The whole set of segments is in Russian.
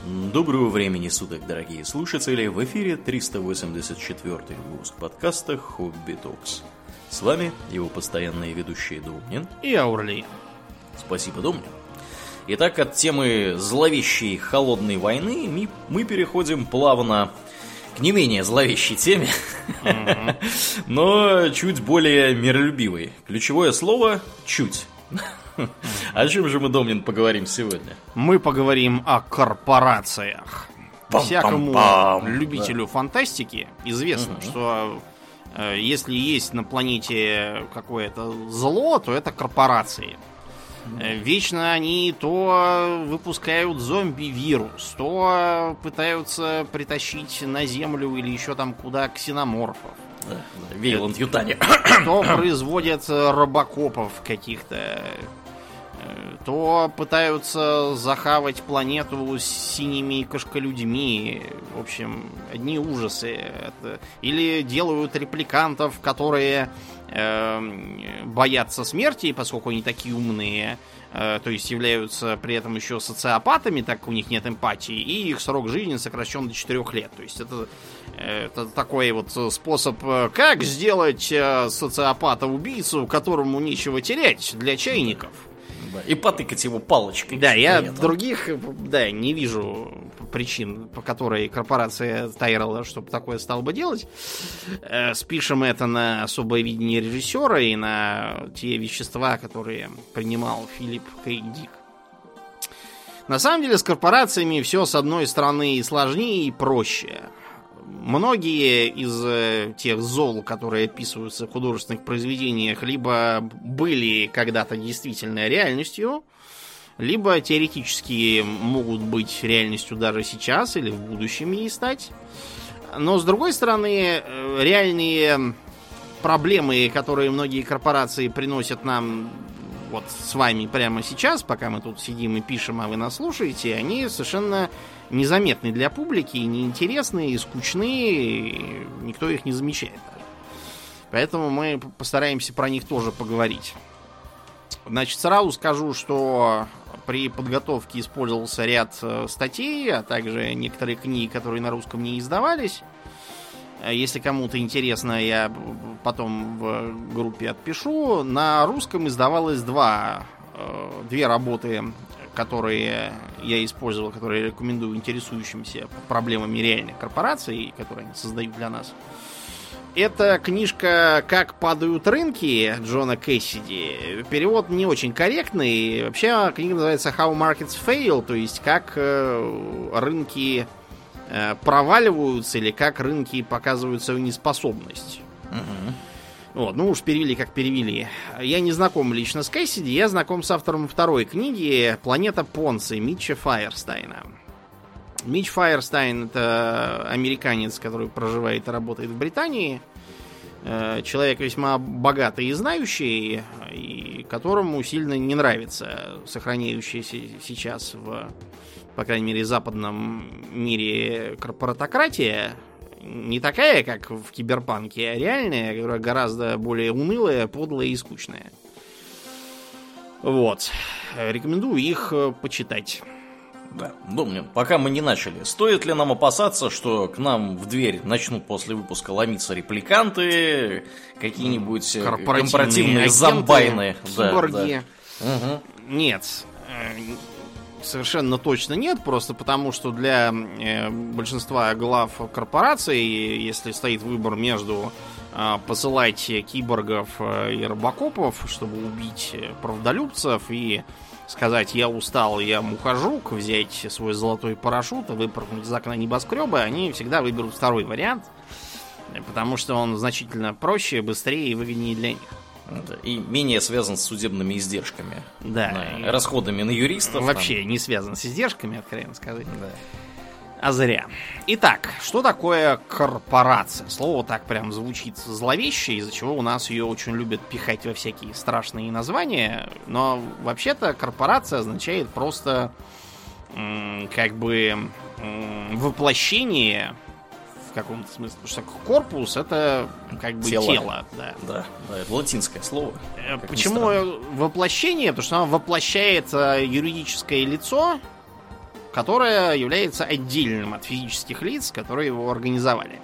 Доброго времени суток, дорогие слушатели! В эфире 384-й выпуск подкаста «Хобби Токс». С вами его постоянные ведущие Домнин и Аурлиен. Спасибо, Домнин. Итак, от темы зловещей холодной войны мы переходим плавно к не менее зловещей теме, но чуть более миролюбивой. Ключевое слово «чуть». О чем же мы, Домнин, поговорим сегодня? Мы поговорим о корпорациях. Всякому любителю фантастики известно, что если есть на планете какое-то зло, то это корпорации. Вечно они то выпускают зомби-вирус, то пытаются притащить на Землю или еще там куда ксеноморфов. Вейланд-Ютане. То производят робокопов каких-то, то пытаются захавать планету с синими кошколюдьми. В общем, одни ужасы. Или делают репликантов, которые боятся смерти, поскольку они такие умные, то есть являются при этом еще социопатами, так как у них нет эмпатии, и их срок жизни сокращен до 4 лет. То есть это такой вот способ, как сделать социопата-убийцу, которому нечего терять, для чайников. И потыкать его палочкой. Да, я других не вижу причин, по которой корпорация Тайрелла, чтобы такое стала бы делать. Спишем это на особое видение режиссера и на те вещества, которые принимал Филипп К. Дик. На самом деле с корпорациями все с одной стороны и сложнее, и проще. Многие из тех зол, которые описываются в художественных произведениях, либо были когда-то действительно реальностью, либо теоретически могут быть реальностью даже сейчас или в будущем ей стать. Но, с другой стороны, реальные проблемы, которые многие корпорации приносят нам вот с вами прямо сейчас, пока мы тут сидим и пишем, а вы нас слушаете, они совершенно незаметны для публики, неинтересные, и скучные, и никто их не замечает даже. Поэтому мы постараемся про них тоже поговорить. Значит, сразу скажу, что при подготовке использовался ряд статей, а также некоторые книги, которые на русском не издавались. Если кому-то интересно, я потом в группе отпишу. На русском издавалось две работы, которые я использовал, которые я рекомендую интересующимся проблемами реальных корпораций, которые они создают для нас. Это книжка «Как падают рынки» Джона Кэссиди. Перевод не очень корректный. Вообще книга называется «How Markets Fail», то есть как рынки проваливаются или как рынки показывают свою неспособность. Вот, ну уж перевели как перевели. Я не знаком лично с Кэссиди, я знаком с автором второй книги «Планета Понци» Митча Файерстайна. Митч Файерстайн — это американец, который проживает и работает в Британии. Человек весьма богатый и знающий, и которому сильно не нравится сохраняющаяся сейчас по крайней мере, в западном мире корпоратократия. Не такая, как в Киберпанке, а реальная, которая гораздо более унылая, подлая и скучная. Вот. Рекомендую их почитать. Да, Домнин, пока мы не начали, стоит ли нам опасаться, что к нам в дверь начнут после выпуска ломиться репликанты, какие-нибудь корпоративные зомбайны, киборги? Да. Нет. Совершенно точно нет, просто потому что для большинства глав корпораций, если стоит выбор между посылать киборгов и робокопов, чтобы убить правдолюбцев, и сказать: я устал, я мухожук, взять свой золотой парашют и выпрыгнуть из окна небоскреба, они всегда выберут второй вариант, потому что он значительно проще, быстрее и выгоднее для них. И менее связан с судебными издержками. Да. Расходами на юристов. Вообще не связан с издержками, откровенно сказать. Да. А зря. Итак, что такое корпорация? Слово так прям звучит зловеще, из-за чего у нас ее очень любят пихать во всякие страшные названия. Но вообще-то корпорация означает просто воплощение в каком-то смысле. Потому что корпус — это как бы тело. Да, это латинское слово. Почему воплощение? Потому что оно воплощает юридическое лицо, которое является отдельным от физических лиц, которые его организовали.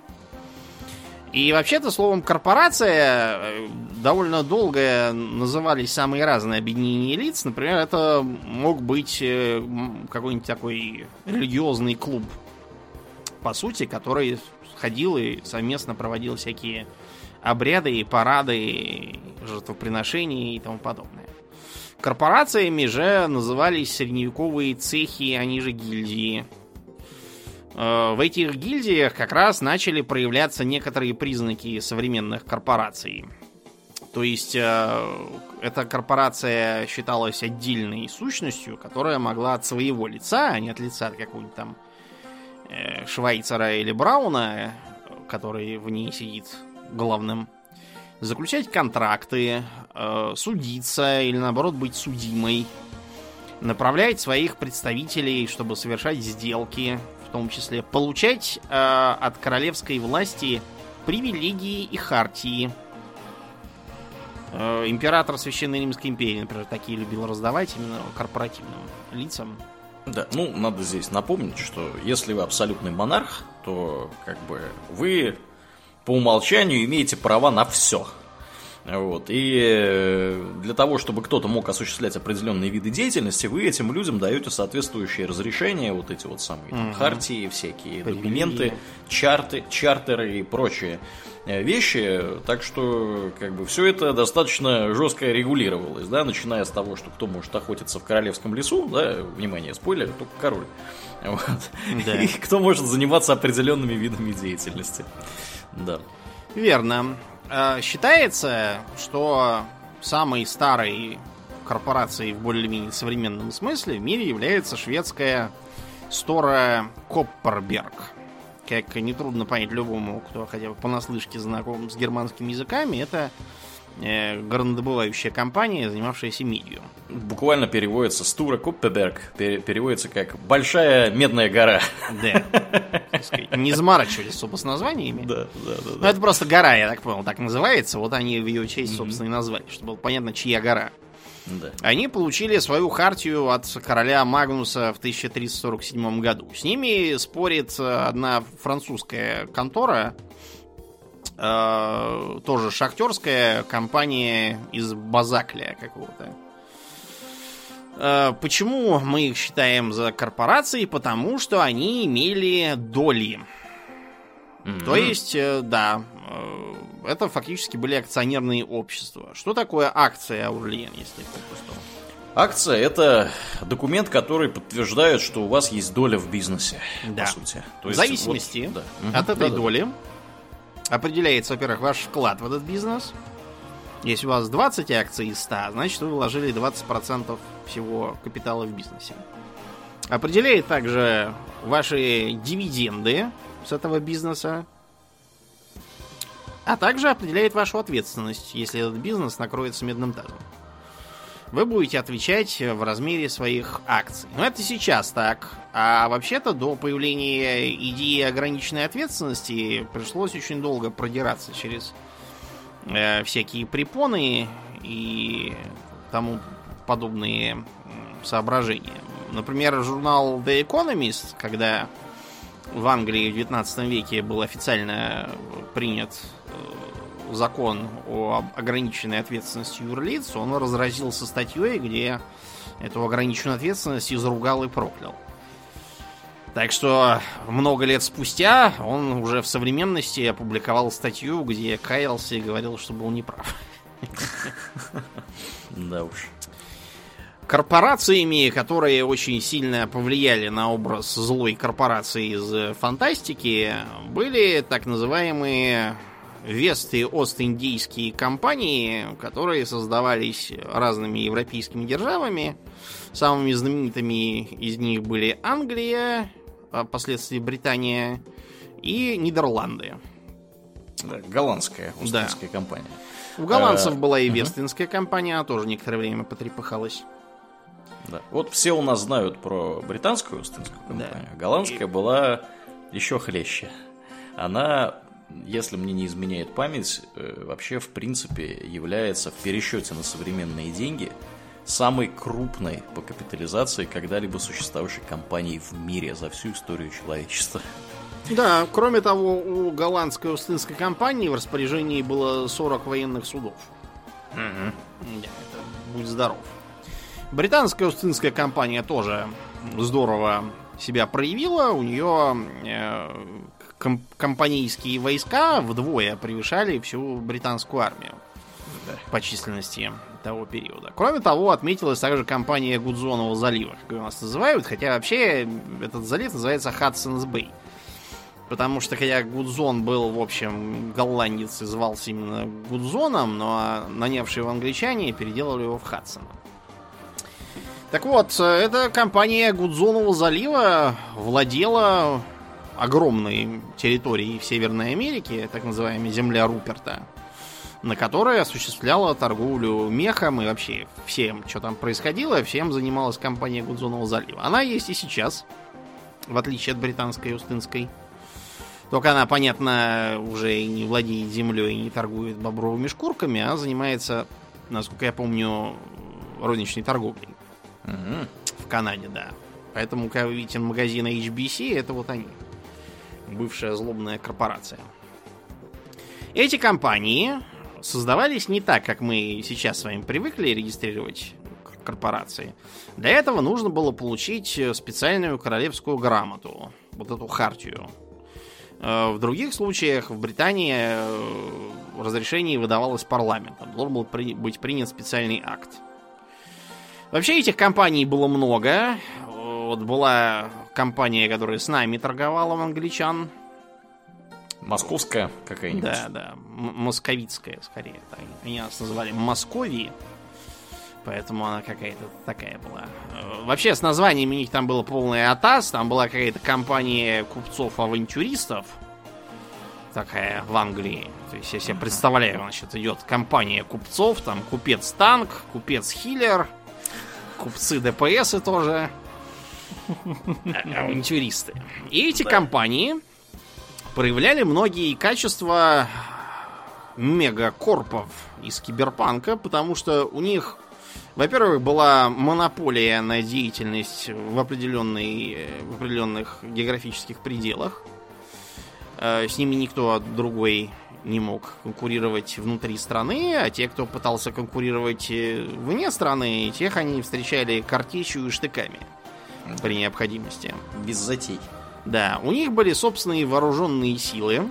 И вообще-то словом корпорация довольно долго назывались самые разные объединения лиц. Например, это мог быть какой-нибудь такой религиозный клуб, по сути, который ходил и совместно проводил всякие обряды, парады, жертвоприношения и тому подобное. Корпорациями же назывались средневековые цехи, они же гильдии. В этих гильдиях как раз начали проявляться некоторые признаки современных корпораций. То есть эта корпорация считалась отдельной сущностью, которая могла от своего лица, а не от лица какого-нибудь там Швайцера или Брауна, который в ней сидит главным, заключать контракты, судиться или наоборот быть судимой, направлять своих представителей, чтобы совершать сделки, в том числе получать от королевской власти привилегии и хартии. Император Священной Римской империи, например, такие любил раздавать именно корпоративным лицам. Да, ну, надо здесь напомнить, что если вы абсолютный монарх, то как бы вы по умолчанию имеете права на все. Вот. И для того, чтобы кто-то мог осуществлять определенные виды деятельности, вы этим людям даете соответствующие разрешения, вот эти вот самые там, хартии, всякие документы, чартеры и прочие вещи. Так что как бы все это достаточно жестко регулировалось, да, начиная с того, что кто может охотиться в королевском лесу, да, внимание, спойлер, только король. Вот. Да. И кто может заниматься определенными видами деятельности. Да. Верно. Считается, что самой старой корпорацией в более-менее современном смысле в мире является шведская Стора Копперберг. Как нетрудно понять любому, кто хотя бы понаслышке знаком с германскими языками, это горнодобывающая компания, занимавшаяся медью. Буквально переводится Стора Копперберг, переводится как «большая медная гора». Да. Не заморачивались, собственно, с названиями. Да. Ну, это просто гора, я так понял, так называется. Вот они в ее честь, собственно, и назвали, чтобы было понятно, чья гора. Да. Они получили свою хартию от короля Магнуса в 1347 году. С ними спорит одна французская контора, тоже шахтерская компания из Базакля какого-то. Почему мы их считаем за корпорации? Потому что они имели доли. То есть, да, это фактически были акционерные общества. Что такое акция, Аурлиен, если попросту? Акция – это документ, который подтверждает, что у вас есть доля в бизнесе, да. по сути. То есть, в зависимости от этой доли определяется, во-первых, ваш вклад в этот бизнес. Если у вас 20 акций из 100, значит, вы вложили 20% всего капитала в бизнесе. Определяет также ваши дивиденды с этого бизнеса, а также определяет вашу ответственность, если этот бизнес накроется медным тазом. Вы будете отвечать в размере своих акций. Но это сейчас так. А вообще-то до появления идеи ограниченной ответственности пришлось очень долго продираться через всякие препоны и тому подобные соображения. Например, журнал The Economist, когда в Англии в 19 веке был официально принят закон о ограниченной ответственности юрлиц, он разразился статьей, где эту ограниченную ответственность изругал и проклял. Так что много лет спустя он уже в современности опубликовал статью, где каялся и говорил, что был неправ. Да уж. Корпорациями, которые очень сильно повлияли на образ злой корпорации из фантастики, были так называемые Вест-и-Ост-Индийские компании, которые создавались разными европейскими державами. Самыми знаменитыми из них были Англия, а впоследствии Британия и Нидерланды. Да, голландская Остинская компания. У голландцев была и Вестинская компания, она тоже некоторое время потрепыхалась. Да. Вот все у нас знают про британскую Остинскую компанию. Да. Голландская была еще хлеще. Она, если мне не изменяет память, вообще в принципе является в пересчете на современные деньги самой крупной по капитализации когда-либо существовавшей компании в мире за всю историю человечества. Да, кроме того, у голландской Остинской компании в распоряжении было 40 военных судов. Да, это будь здоров. Британская Остинская компания тоже здорово себя проявила. У нее компанейские войска вдвое превышали всю британскую армию по численности того периода. Кроме того, отметилась также компания Гудзонова залива, как ее у нас называют, хотя вообще этот залив называется Хадсонс-Бэй. Потому что хотя Гудзон был, в общем, голландец и звался именно Гудзоном, но нанявшие его англичане переделали его в Хадсона. Так вот, эта компания Гудзонова залива владела огромной территорией в Северной Америке, так называемая земля Руперта, на которой осуществляла торговлю мехом и вообще всем, что там происходило, всем занималась компания Гудзонова залива. Она есть и сейчас, в отличие от британской и Остинской. Только она, понятно, уже не владеет землей и не торгует бобровыми шкурками, а занимается, насколько я помню, розничной торговлей. В Канаде, да. Поэтому, когда вы видите магазин HBC, это вот они. Бывшая злобная корпорация. Эти компании создавались не так, как мы сейчас с вами привыкли регистрировать корпорации. Для этого нужно было получить специальную королевскую грамоту. Вот эту хартию. В других случаях в Британии разрешение выдавалось парламентом. Должен был быть принят специальный акт. Вообще этих компаний было много. Вот была компания, которая с нами торговала, у англичан. Московская какая-нибудь? Да. Московицкая, скорее. Они нас называли Московией. Поэтому она какая-то такая была. Вообще, с названиями у них там было полное атас. Там была какая-то компания купцов-авантюристов. Такая в Англии. То есть, я себе представляю, значит, идет компания купцов. Там купец Танк, купец Хиллер, купцы ДПСы тоже. Авантюристы. И эти компании проявляли многие качества мегакорпов из киберпанка, потому что у них, во-первых, была монополия на деятельность в определенных географических пределах. С ними никто другой не мог конкурировать внутри страны, а те, кто пытался конкурировать вне страны, тех они встречали картечью и штыками при необходимости. Без затей. Да, у них были собственные вооруженные силы.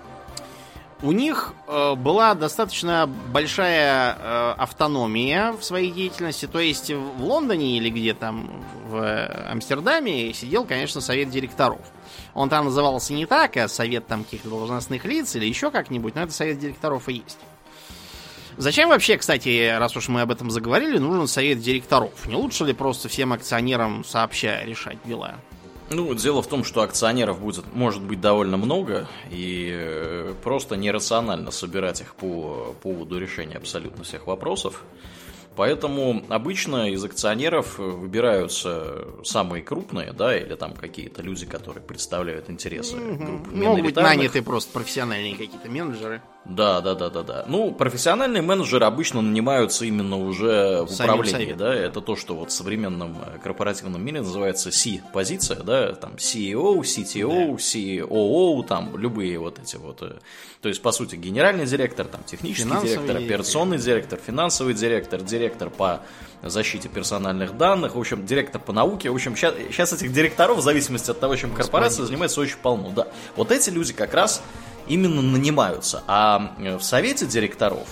У них была достаточно большая автономия в своей деятельности. То есть в Лондоне или где там в Амстердаме сидел, конечно, совет директоров. Он там назывался не так, а совет там каких-то должностных лиц или еще как-нибудь, но это совет директоров и есть. Зачем вообще, кстати, раз уж мы об этом заговорили, нужен совет директоров? Не лучше ли просто всем акционерам сообща решать дела? Ну, дело в том, что акционеров может быть довольно много, и просто нерационально собирать их по поводу решения абсолютно всех вопросов. Поэтому обычно из акционеров выбираются самые крупные, да, или там какие-то люди, которые представляют интересы групп миноритарных. Могут быть наняты просто профессиональные какие-то менеджеры. Да. Ну, профессиональные менеджеры обычно нанимаются именно уже в управлении, да, это то, что вот в современном корпоративном мире называется C-позиция, да, там CEO, CTO, COO, там любые вот эти вот, то есть, по сути, генеральный директор, там, технический директор, операционный директор, финансовый директор, директор по защите персональных данных, в общем, директор по науке, в общем, сейчас этих директоров, в зависимости от того, чем корпорация занимается, очень полно, да. Вот эти люди как раз именно нанимаются. А в совете директоров,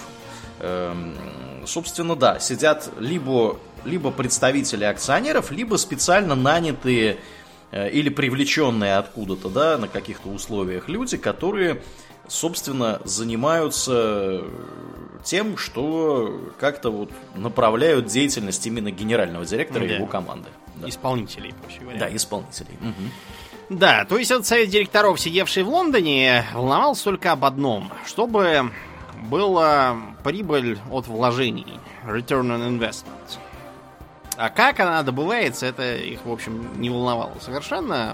собственно, да, сидят либо представители акционеров, либо специально нанятые или привлеченные откуда-то, да, на каких-то условиях люди, которые, собственно, занимаются тем, что как-то вот направляют деятельность именно генерального директора и его команды. Да. Исполнителей, проще говоря. Да, исполнителей. Угу. Да, то есть этот совет директоров, сидевший в Лондоне, волновался только об одном. Чтобы была прибыль от вложений. Return on investment. А как она добывается, это их, в общем, не волновало совершенно.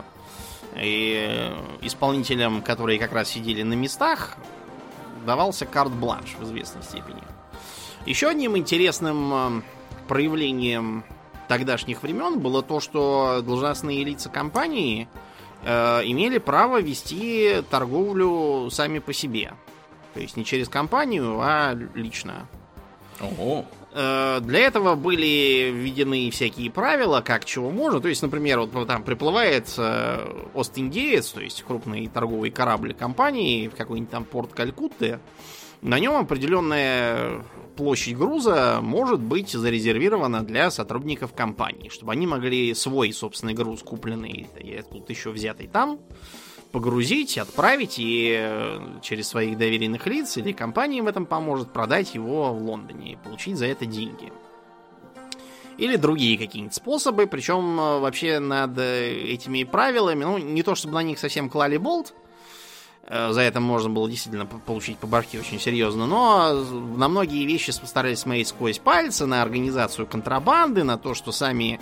И исполнителям, которые как раз сидели на местах, давался карт-бланш в известной степени. Еще одним интересным проявлением тогдашних времен было то, что должностные лица компании имели право вести торговлю сами по себе. То есть не через компанию, а лично. Ого. Для этого были введены всякие правила, как чего можно. То есть, например, вот там приплывает Ост-Индиец, то есть крупный торговый корабль компании в какой-нибудь там порт Калькутты. На нем определенная площадь груза может быть зарезервирована для сотрудников компании, чтобы они могли свой собственный груз, купленный и откуда-то еще взятый там, погрузить, отправить и через своих доверенных лиц или компания им в этом поможет продать его в Лондоне и получить за это деньги. Или другие какие-нибудь способы, причем вообще над этими правилами, ну, не то чтобы на них совсем клали болт, за это можно было действительно получить по башке очень серьезно, но на многие вещи старались смотреть сквозь пальцы, на организацию контрабанды, на то, что сами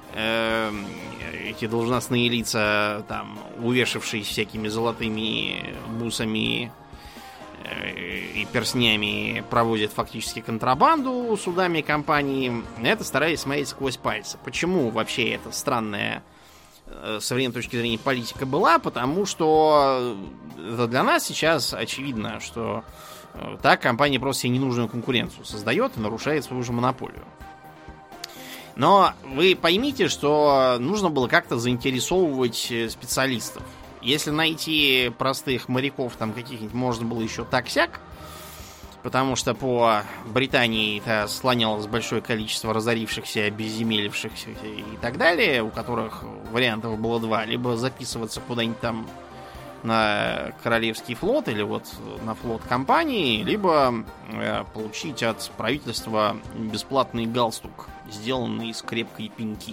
эти должностные лица, там, увешавшись всякими золотыми бусами и перстнями, проводят фактически контрабанду судами компании. Это старались смотреть сквозь пальцы. Почему вообще это странная с современной точки зрения политика была? Потому что это для нас сейчас очевидно, что так компания просто себе ненужную конкуренцию создает и нарушает свою же монополию. Но вы поймите, что нужно было как-то заинтересовывать специалистов. Если найти простых моряков там каких-нибудь можно было еще так-сяк, потому что по Британии слонялось большое количество разорившихся, обезземелившихся и так далее, у которых вариантов было два. Либо записываться куда-нибудь там на Королевский флот или вот на флот компании, либо получить от правительства бесплатный галстук, сделанный из крепкой пеньки.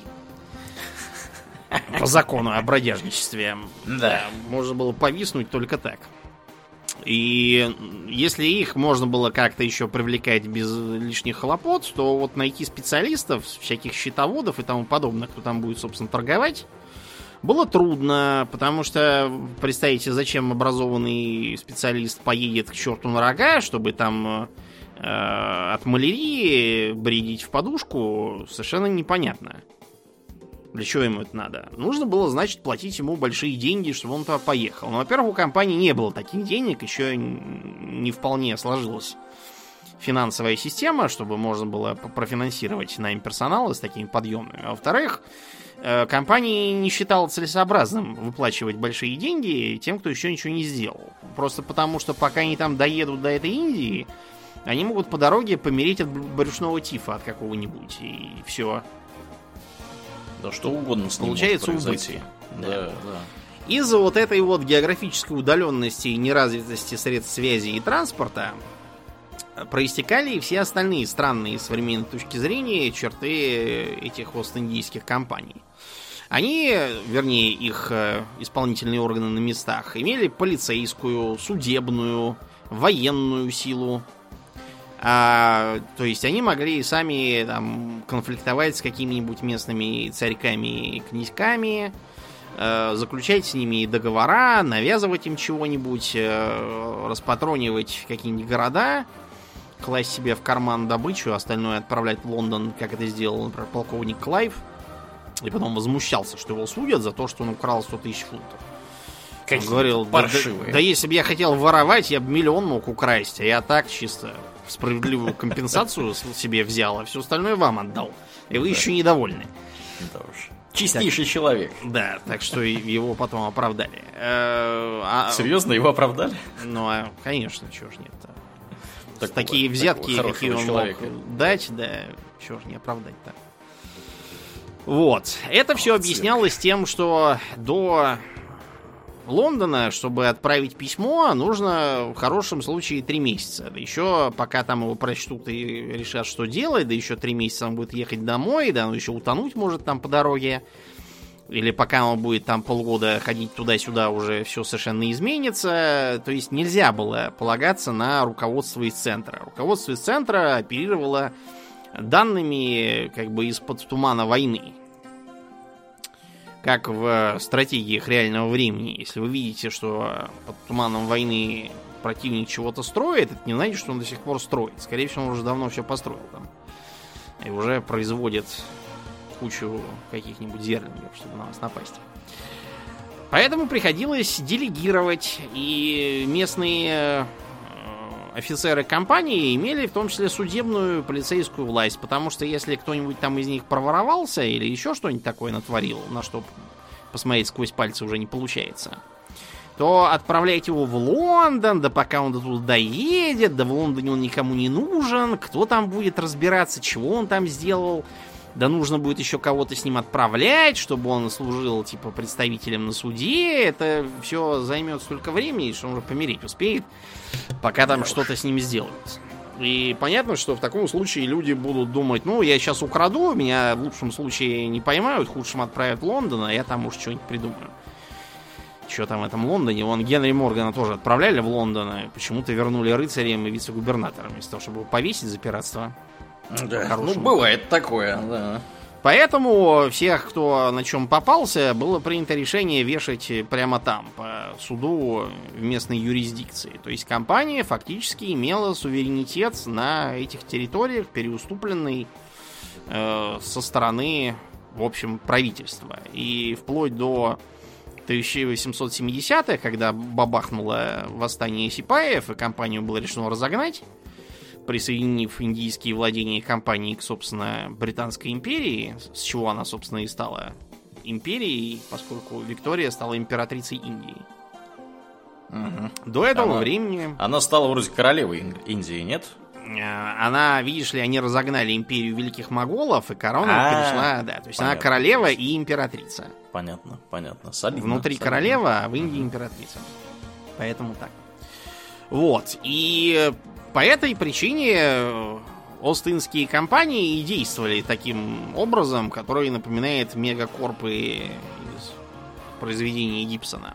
По закону о бродяжничестве. Да. Можно было повиснуть только так. И если их можно было как-то еще привлекать без лишних хлопот, то вот найти специалистов, всяких счетоводов и тому подобное, кто там будет, собственно, торговать, было трудно, потому что, представьте, зачем образованный специалист поедет к черту на рога, чтобы там от малярии бредить в подушку, совершенно непонятно. Для чего ему это надо? Нужно было, значит, платить ему большие деньги, чтобы он туда поехал. Но, во-первых, у компании не было таких денег, еще не вполне сложилась финансовая система, чтобы можно было профинансировать найм персонала с такими подъемными. А во-вторых, компания не считала целесообразным выплачивать большие деньги тем, кто еще ничего не сделал. Просто потому, что пока они там доедут до этой Индии, они могут по дороге помереть от брюшного тифа от какого-нибудь, и все. Да что угодно с ним получается может произойти. Да. Из-за вот этой вот географической удаленности и неразвитости средств связи и транспорта проистекали и все остальные странные с современной точки зрения черты этих ост-индийских компаний. Они, вернее, их исполнительные органы на местах, имели полицейскую, судебную, военную силу. То есть они могли сами там конфликтовать с какими-нибудь местными царьками и князьками, заключать с ними договора, навязывать им чего-нибудь, распатронивать какие-нибудь города, класть себе в карман добычу, остальное отправлять в Лондон, как это сделал, например, полковник Клайв, и потом возмущался, что его судят за то, что он украл 100 тысяч фунтов. Он говорил, да если бы я хотел воровать, я бы 1 000 000 мог украсть, а я так чисто в справедливую компенсацию себе взял, а все остальное вам отдал. И вы еще недовольны. Да уж. Чистейший человек. Да, так что его потом оправдали. Серьезно, его оправдали? Ну, конечно, чего ж нет-то. Такие взятки, какие он мог дать, да, чего ж не оправдать-то. Вот. Это все объяснялось тем, что до Лондона, чтобы отправить письмо, нужно в хорошем случае 3 месяца. Да еще пока там его прочтут и решат, что делать, да еще 3 месяца он будет ехать домой, да, он еще утонуть может там по дороге. Или пока он будет там полгода ходить туда-сюда, уже все совершенно изменится. То есть нельзя было полагаться на руководство из центра. Руководство из центра оперировало данными как бы из-под тумана войны. Как в стратегиях реального времени. Если вы видите, что под туманом войны противник чего-то строит, это не значит, что он до сих пор строит. Скорее всего, он уже давно все построил там. и уже производит кучу каких-нибудь зерлингов, чтобы на нас напасть. Поэтому приходилось делегировать, и местные офицеры компании имели в том числе судебную полицейскую власть, потому что если кто-нибудь там из них проворовался или еще что-нибудь такое натворил, на что посмотреть сквозь пальцы уже не получается, то отправлять его в Лондон, да пока он до туда доедет, да в Лондоне он никому не нужен, кто там будет разбираться, чего он там сделал, да нужно будет еще кого-то с ним отправлять, чтобы он служил, типа, представителем на суде, это все займет столько времени, что он уже помереть успеет, пока там что-то с ним сделают. И понятно, что в таком случае люди будут думать, ну, я сейчас украду, меня в лучшем случае не поймают, в худшем отправят в Лондон, а я там уж что-нибудь придумаю. Что там в этом Лондоне? Вон Генри Моргана тоже отправляли в Лондон, и почему-то вернули рыцарем и вице-губернатором, вместо того, чтобы его повесить за пиратство. Да, ну бывает такое, да. Поэтому всех, кто на чем попался, было принято решение вешать прямо там, по суду в местной юрисдикции. То есть компания фактически имела суверенитет на этих территориях, переуступленный со стороны, в общем, правительства. И вплоть до 1870-х, когда бабахнуло восстание сипаев, и компанию было решено разогнать, присоединив индийские владения компании к, собственно, Британской империи, с чего она, собственно, и стала империей, поскольку Виктория стала императрицей Индии. Угу. До этого времени... Она стала вроде королевой Индии, нет? Она, видишь ли, они разогнали империю великих моголов, и корона перешла, да, то есть она королева и императрица. Понятно, понятно. Солидно, внутри солидно. Королева, а в Индии императрица. Поэтому так. Вот, и по этой причине остинские компании и действовали таким образом, который напоминает мегакорпы из произведений Гибсона.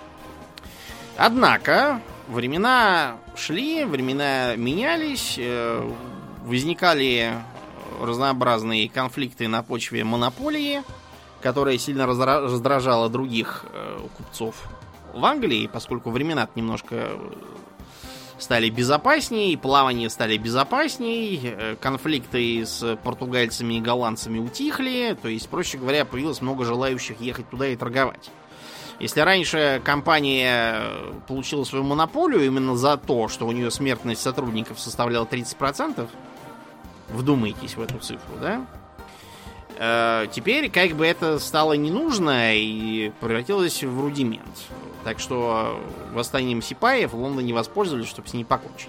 Однако времена шли, времена менялись, возникали разнообразные конфликты на почве монополии, которая сильно раздражала других купцов в Англии, поскольку времена немножко стали безопасней, плавания стали безопасней, конфликты с португальцами и голландцами утихли, то есть, проще говоря, появилось много желающих ехать туда и торговать. Если раньше компания получила свою монополию именно за то, что у нее смертность сотрудников составляла 30%, вдумайтесь в эту цифру, да? Теперь как бы это стало не нужно и превратилось в рудимент. Так что восстанием сипаев в Лондоне воспользовались, чтобы с ней покончить.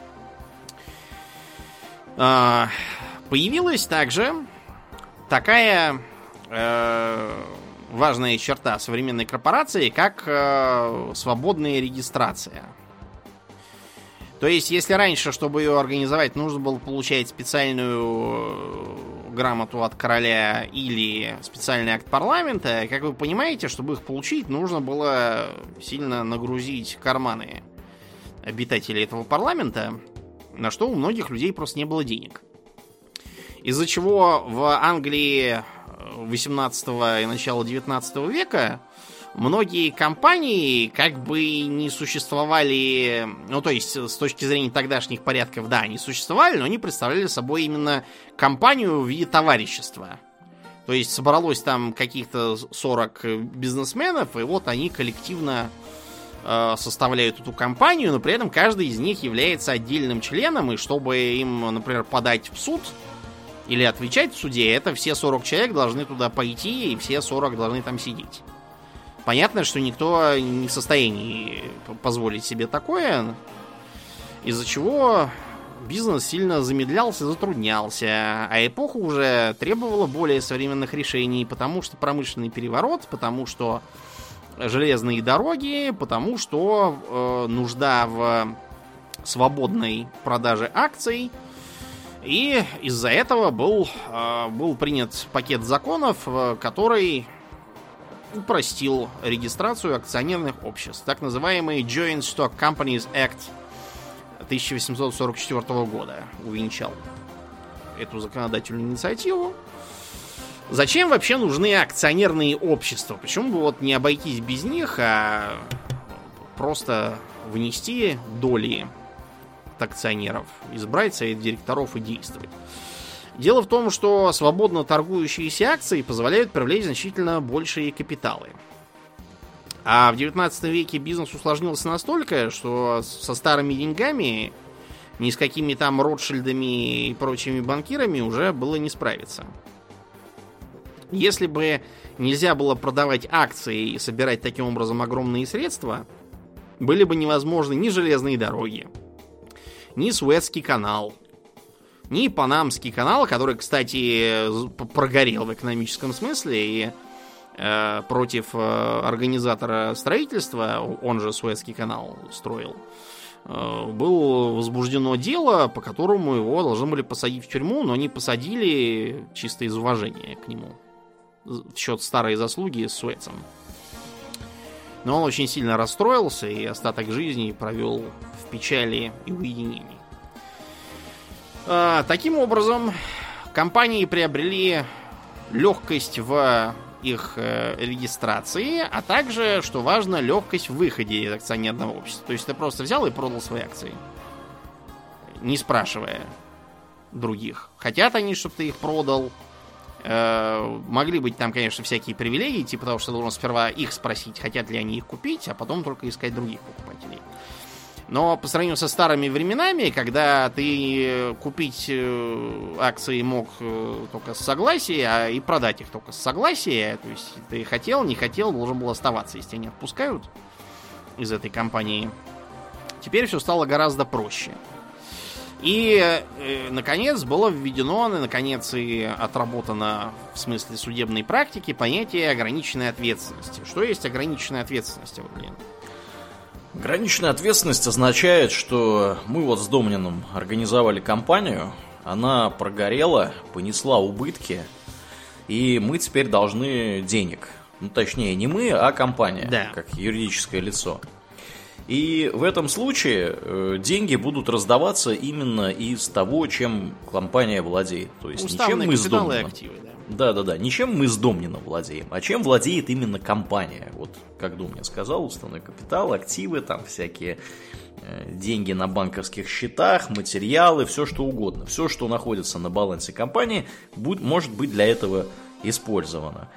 Появилась также такая важная черта современной корпорации, как свободная регистрация. То есть, если раньше, чтобы ее организовать, нужно было получать специальную грамоту от короля или специальный акт парламента, как вы понимаете, чтобы их получить, нужно было сильно нагрузить карманы обитателей этого парламента, на что у многих людей просто не было денег. Из-за чего в Англии 18 и начала 19 века многие компании как бы не существовали, ну то есть с точки зрения тогдашних порядков, да, они существовали, но они представляли собой именно компанию в виде товарищества. То есть собралось там каких-то 40 бизнесменов, и вот они коллективно составляют эту компанию, но при этом каждый из них является отдельным членом, и чтобы им, например, подать в суд или отвечать в суде, это все 40 человек должны туда пойти, и все 40 должны там сидеть. Понятно, что никто не в состоянии позволить себе такое, из-за чего бизнес сильно замедлялся, затруднялся, а эпоха уже требовала более современных решений, потому что промышленный переворот, потому что железные дороги, потому что нужда в свободной продаже акций. И из-за этого был принят пакет законов, который упростил регистрацию акционерных обществ. Так называемый Joint Stock Companies Act 1844 года увенчал эту законодательную инициативу. Зачем вообще нужны акционерные общества? Почему бы вот не обойтись без них, а просто внести доли от акционеров, избрать совет директоров и действовать? Дело в том, что свободно торгующиеся акции позволяют привлечь значительно большие капиталы. А в 19 веке бизнес усложнился настолько, что со старыми деньгами ни с какими там Ротшильдами и прочими банкирами уже было не справиться. Если бы нельзя было продавать акции и собирать таким образом огромные средства, были бы невозможны ни железные дороги, ни Суэцкий канал, ни Панамский канал, который, кстати, прогорел в экономическом смысле, и против организатора строительства, он же Суэцкий канал строил, было возбуждено дело, по которому его должны были посадить в тюрьму, но не посадили чисто из уважения к нему, в счет старой заслуги с Суэцем. Но он очень сильно расстроился и остаток жизни провел в печали и уединении. Таким образом, компании приобрели легкость в их регистрации, а также, что важно, легкость в выходе из акционерного общества. То есть ты просто взял и продал свои акции, не спрашивая других. Хотят они, чтобы ты их продал. Могли быть там, конечно, всякие привилегии, типа того, что ты должен сперва их спросить, хотят ли они их купить, а потом только искать других покупателей. Но по сравнению со старыми временами, когда ты купить акции мог только с согласия, и продать их только с согласия, то есть ты хотел, не хотел, должен был оставаться, если тебя не отпускают из этой компании. Теперь все стало гораздо проще. И, наконец, было введено, наконец, и отработано в смысле судебной практики понятие ограниченной ответственности. Что есть ограниченная ответственность, Аурелиан? Ограниченная ответственность означает, что мы вот с Домнином организовали компанию, она прогорела, понесла убытки, и мы теперь должны денег. Ну, точнее, не мы, а компания, да, как юридическое лицо. И в этом случае деньги будут раздаваться именно из того, чем компания владеет. То есть ничем мы с Домнином. Да. Ничем мы с Домнином владеем, а чем владеет именно компания. Вот, как Домнин сказал, уставной капитал, активы, там всякие деньги на банковских счетах, материалы, все что угодно. Все, что находится на балансе компании, может быть для этого использовано.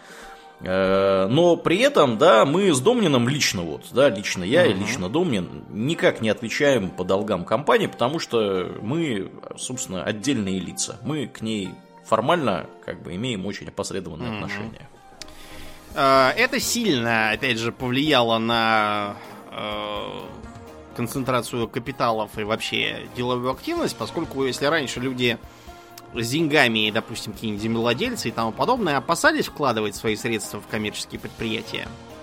Но при этом, да, мы с Домнином лично лично я и лично Домнин никак не отвечаем по долгам компании, потому что мы, собственно, отдельные лица. Мы к ней формально как бы имеем очень опосредованное отношение. Это сильно, опять же, повлияло на концентрацию капиталов и вообще деловую активность, поскольку если раньше люди с деньгами, допустим, какие-нибудь землевладельцы и тому подобное, опасались вкладывать свои средства в коммерческие предприятия.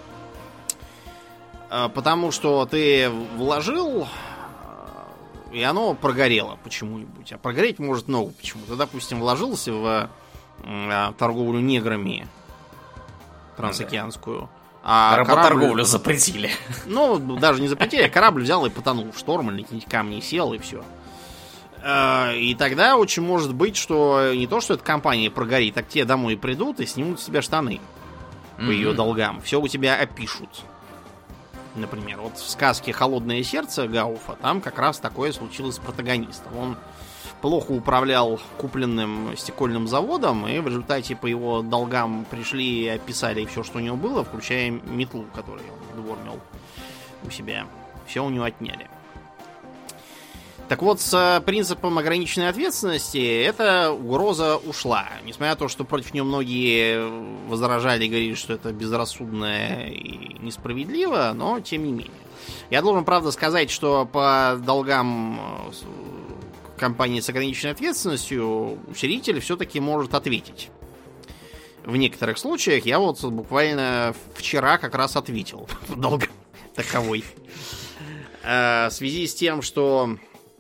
Потому что ты вложил, и оно прогорело почему-нибудь. А прогореть может много почему. Ты, допустим, вложился в торговлю неграми трансокеанскую. А работорговлю запретили. Ну, даже не запретили, а корабль взял и потонул в шторм или какие-нибудь камни сел, и все. И тогда очень может быть, что не то, что эта компания прогорит, так тебе домой придут и снимут с тебя штаны по ее долгам. Все у тебя опишут. Например, вот в сказке «Холодное сердце» Гауфа там как раз такое случилось с протагонистом. Он плохо управлял купленным стекольным заводом, и в результате по его долгам пришли и описали все, что у него было, включая метлу, которую он дворнил у себя. Все у него отняли. Так вот, с принципом ограниченной ответственности эта угроза ушла. Несмотря на то, что против нее многие возражали и говорили, что это безрассудно и несправедливо, но тем не менее. Я должен, правда, сказать, что по долгам компании с ограниченной ответственностью учредитель все-таки может ответить. В некоторых случаях я вот буквально вчера как раз ответил долгом таковой. В связи с тем, что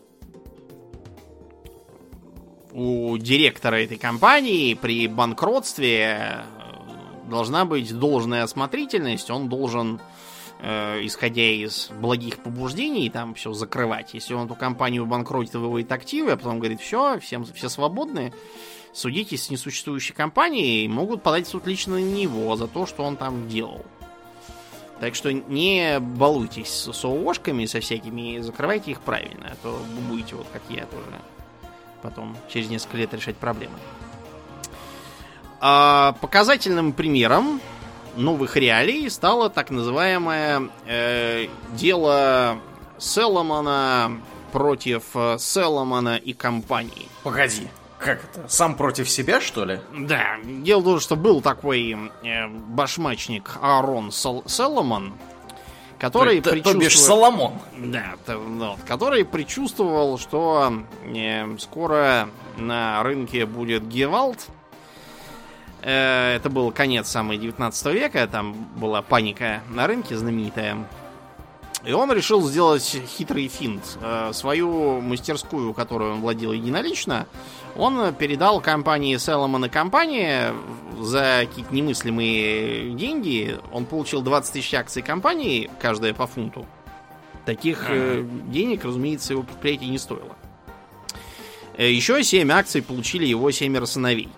у директора этой компании при банкротстве должна быть должная осмотрительность, он должен, исходя из благих побуждений, там все закрывать. Если он эту компанию банкротит и выводит активы, а потом говорит, все свободны, судитесь с несуществующей компанией, могут подать в суд лично на него за то, что он там делал. Так что не балуйтесь с ООшками со всякими, закрывайте их правильно, а то вы будете вот как я тоже потом через несколько лет решать проблемы. Показательным примером новых реалий стало так называемое дело Соломона против Соломона и компании. Погоди, как это? Сам против себя, что ли? Да, дело в том, что был такой башмачник Аарон Соломон, который то бишь Соломон. Да, который предчувствовал, что скоро на рынке будет Гевалт. Это был конец самого 19 века, там была паника на рынке знаменитая. И он решил сделать хитрый финт. Свою мастерскую, которую он владел единолично, он передал компании Соломон и компания за какие-то немыслимые деньги. Он получил 20 тысяч акций компании, каждая по фунту. Таких денег, разумеется, его предприятие не стоило. Еще 7 акций получили его 7 сыновей.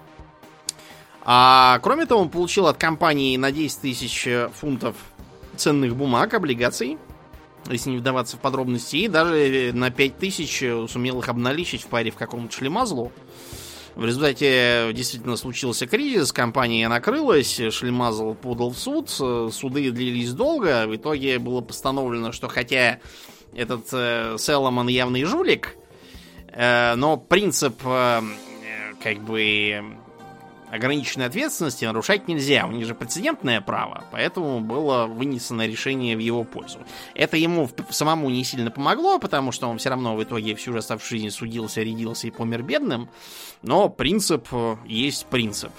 А кроме того, он получил от компании на 10 тысяч фунтов ценных бумаг, облигаций, если не вдаваться в подробности, и даже на 5000 сумел их обналичить в паре в каком-то шлемазлу. В результате действительно случился кризис, компания накрылась, шлемазл подал в суд, суды длились долго, в итоге было постановлено, что хотя этот Соломон явный жулик, но принцип как бы ограниченной ответственности нарушать нельзя. У них же прецедентное право, поэтому было вынесено решение в его пользу. Это ему самому не сильно помогло, потому что он все равно в итоге всю оставшуюся жизнь судился, рядился и помер бедным. Но принцип есть принцип.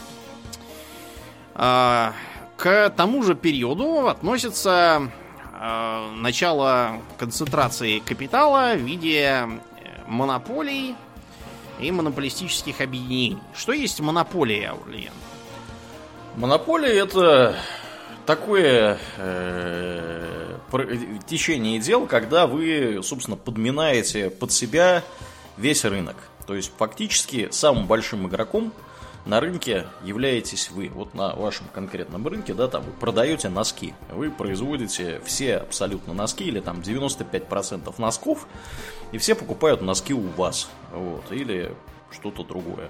К тому же периоду относится начало концентрации капитала в виде монополий и монополистических объединений. Что есть монополия, Аурлиен? Монополия — это такое течение дел, когда вы, собственно, подминаете под себя весь рынок. То есть, фактически, самым большим игроком на рынке являетесь вы. Вот на вашем конкретном рынке, да, там вы продаете носки. Вы производите все абсолютно носки, или там 95% носков, и все покупают носки у вас. Вот, или что-то другое.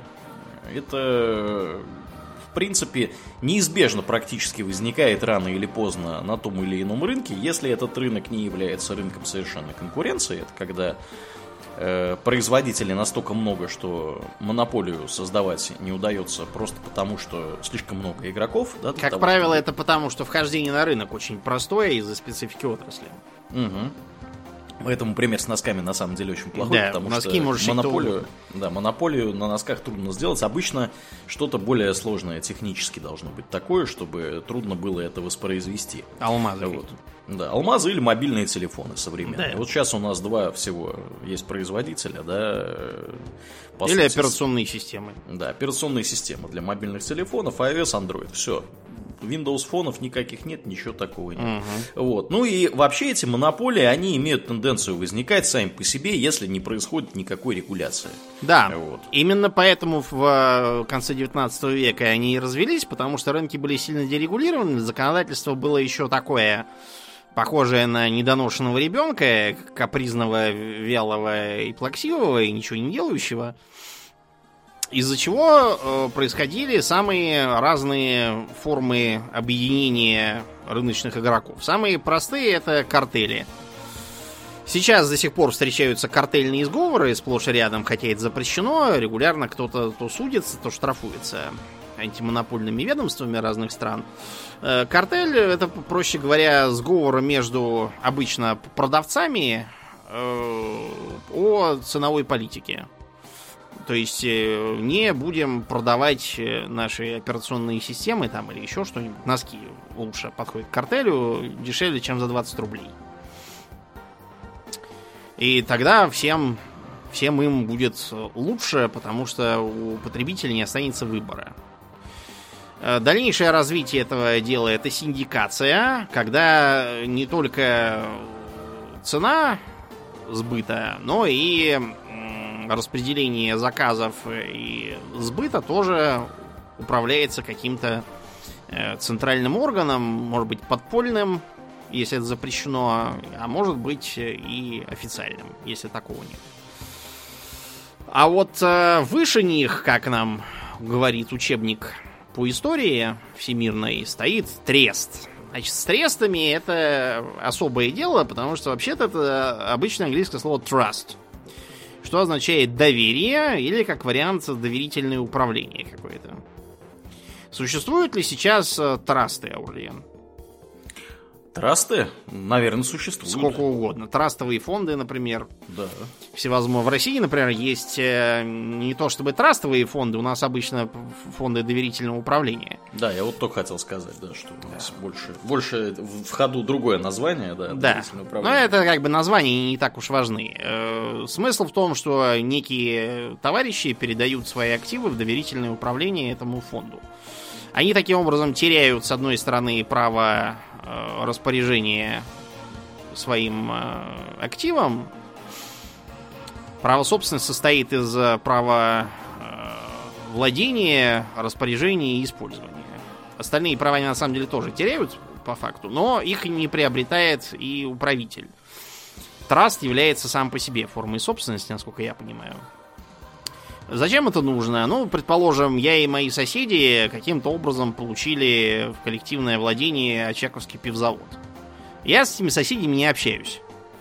Это, в принципе, неизбежно практически возникает рано или поздно на том или ином рынке, если этот рынок не является рынком совершенной конкуренции. Это когда производителей настолько много, что монополию создавать не удается просто потому, что слишком много игроков. Да, как правило, это потому, что вхождение на рынок очень простое из-за специфики отрасли. Угу. Поэтому пример с носками на самом деле очень плохой, да, потому носки что монополию на носках трудно сделать. Обычно что-то более сложное технически должно быть такое, чтобы трудно было это воспроизвести. Алмазы. Вот. Да, алмазы или мобильные телефоны современные. Да. Вот сейчас у нас два всего есть производителя, да. Или операционные системы. Да, операционные системы для мобильных телефонов, iOS, Android, все. Windows фонов никаких нет, ничего такого нет. Вот. Ну и вообще эти монополии, они имеют тенденцию возникать сами по себе, если не происходит никакой регуляции. Да, вот. Именно поэтому в конце 19 века они и развелись, потому что рынки были сильно дерегулированы, законодательство было еще такое, похожее на недоношенного ребенка, капризного, вялого и плаксивого, и ничего не делающего. Из-за чего происходили самые разные формы объединения рыночных игроков. Самые простые — это картели. Сейчас до сих пор встречаются картельные сговоры сплошь и рядом, хотя это запрещено. Регулярно кто-то то судится, то штрафуется антимонопольными ведомствами разных стран. Картель — это, проще говоря, сговор между обычно продавцами о ценовой политике. То есть не будем продавать наши операционные системы там или еще что-нибудь. Носки лучше подходят к картелю, дешевле, чем за 20 рублей. И тогда всем им будет лучше, потому что у потребителя не останется выбора. Дальнейшее развитие этого дела — это синдикация, когда не только цена сбыта, но и распределение заказов и сбыта тоже управляется каким-то центральным органом, может быть подпольным, если это запрещено, а может быть и официальным, если такого нет. А вот выше них, как нам говорит учебник по истории всемирной, стоит трест. Значит, с трестами это особое дело, потому что вообще-то это обычное английское слово trust, что означает доверие или, как вариант, доверительное управление какое-то. Существуют ли сейчас трасты, Аурлиен? Трасты, наверное, существуют. Сколько угодно. Трастовые фонды, например. Да. Всевозможные. В России, например, есть не то чтобы трастовые фонды, у нас обычно фонды доверительного управления. Да, я вот только хотел сказать, да, что у нас больше в ходу другое название, да, доверительное управление. Но это как бы названия не так уж важны. Смысл в том, что некие товарищи передают свои активы в доверительное управление этому фонду. Они таким образом теряют, с одной стороны, право распоряжения своим активом. Право собственности состоит из права владения, распоряжения и использования. Остальные права они на самом деле тоже теряют по факту, но их не приобретает и управитель. Траст является сам по себе формой собственности, насколько я понимаю. Зачем это нужно? Ну, предположим, я и мои соседи каким-то образом получили в коллективное владение Очаковский пивзавод. Я с этими соседями не общаюсь.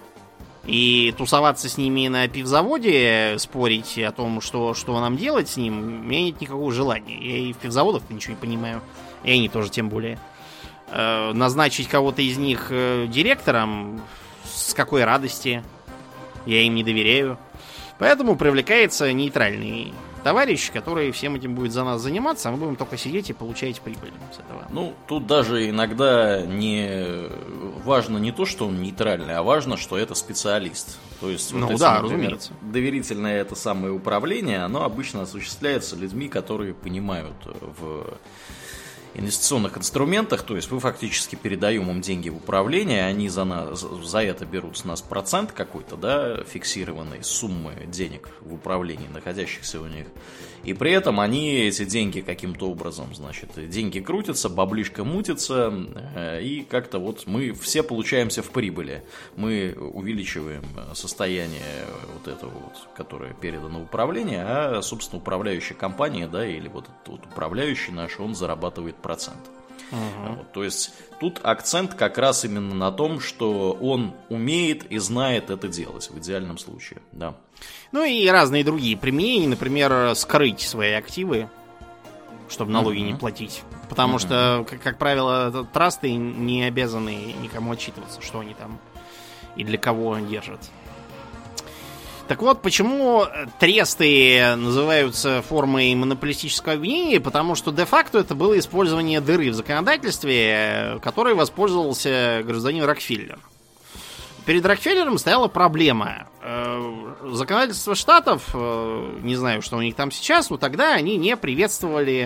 И тусоваться с ними на пивзаводе, спорить о том, что нам делать с ним, у меня нет никакого желания. Я и в пивзаводах-то ничего не понимаю. И они тоже тем более. Назначить кого-то из них директором, с какой радости? Я им не доверяю. Поэтому привлекается нейтральный товарищ, который всем этим будет за нас заниматься, а мы будем только сидеть и получать прибыль с этого. Ну, тут даже иногда не важно не то, что он нейтральный, а важно, что это специалист. То есть, ну вот да, например, разумеется. Доверительное это самое управление, оно обычно осуществляется людьми, которые понимают в инвестиционных инструментах, то есть вы фактически передаем им деньги в управление, они за это берут с нас процент какой-то, да, фиксированной суммы денег в управлении, находящихся у них. И при этом они эти деньги каким-то образом, значит, деньги крутятся, баблишко мутится, и как-то вот мы все получаемся в прибыли. Мы увеличиваем состояние вот этого вот, которое передано в управление, а, собственно, управляющая компания, да, или вот этот вот управляющий наш, он зарабатывает процент. Вот, то есть тут акцент как раз именно на том, что он умеет и знает это делать в идеальном случае, да. Ну и разные другие применения, например, скрыть свои активы, чтобы налоги не платить. Потому что, как правило, трасты не обязаны никому отчитываться, что они там и для кого держат. Так вот, почему тресты называются формой монополистического обвинения? Потому что де-факто это было использование дыры в законодательстве, которой воспользовался гражданин Рокфеллер. Перед Рокфеллером стояла проблема. Законодательство штатов, не знаю, что у них там сейчас, но тогда они не приветствовали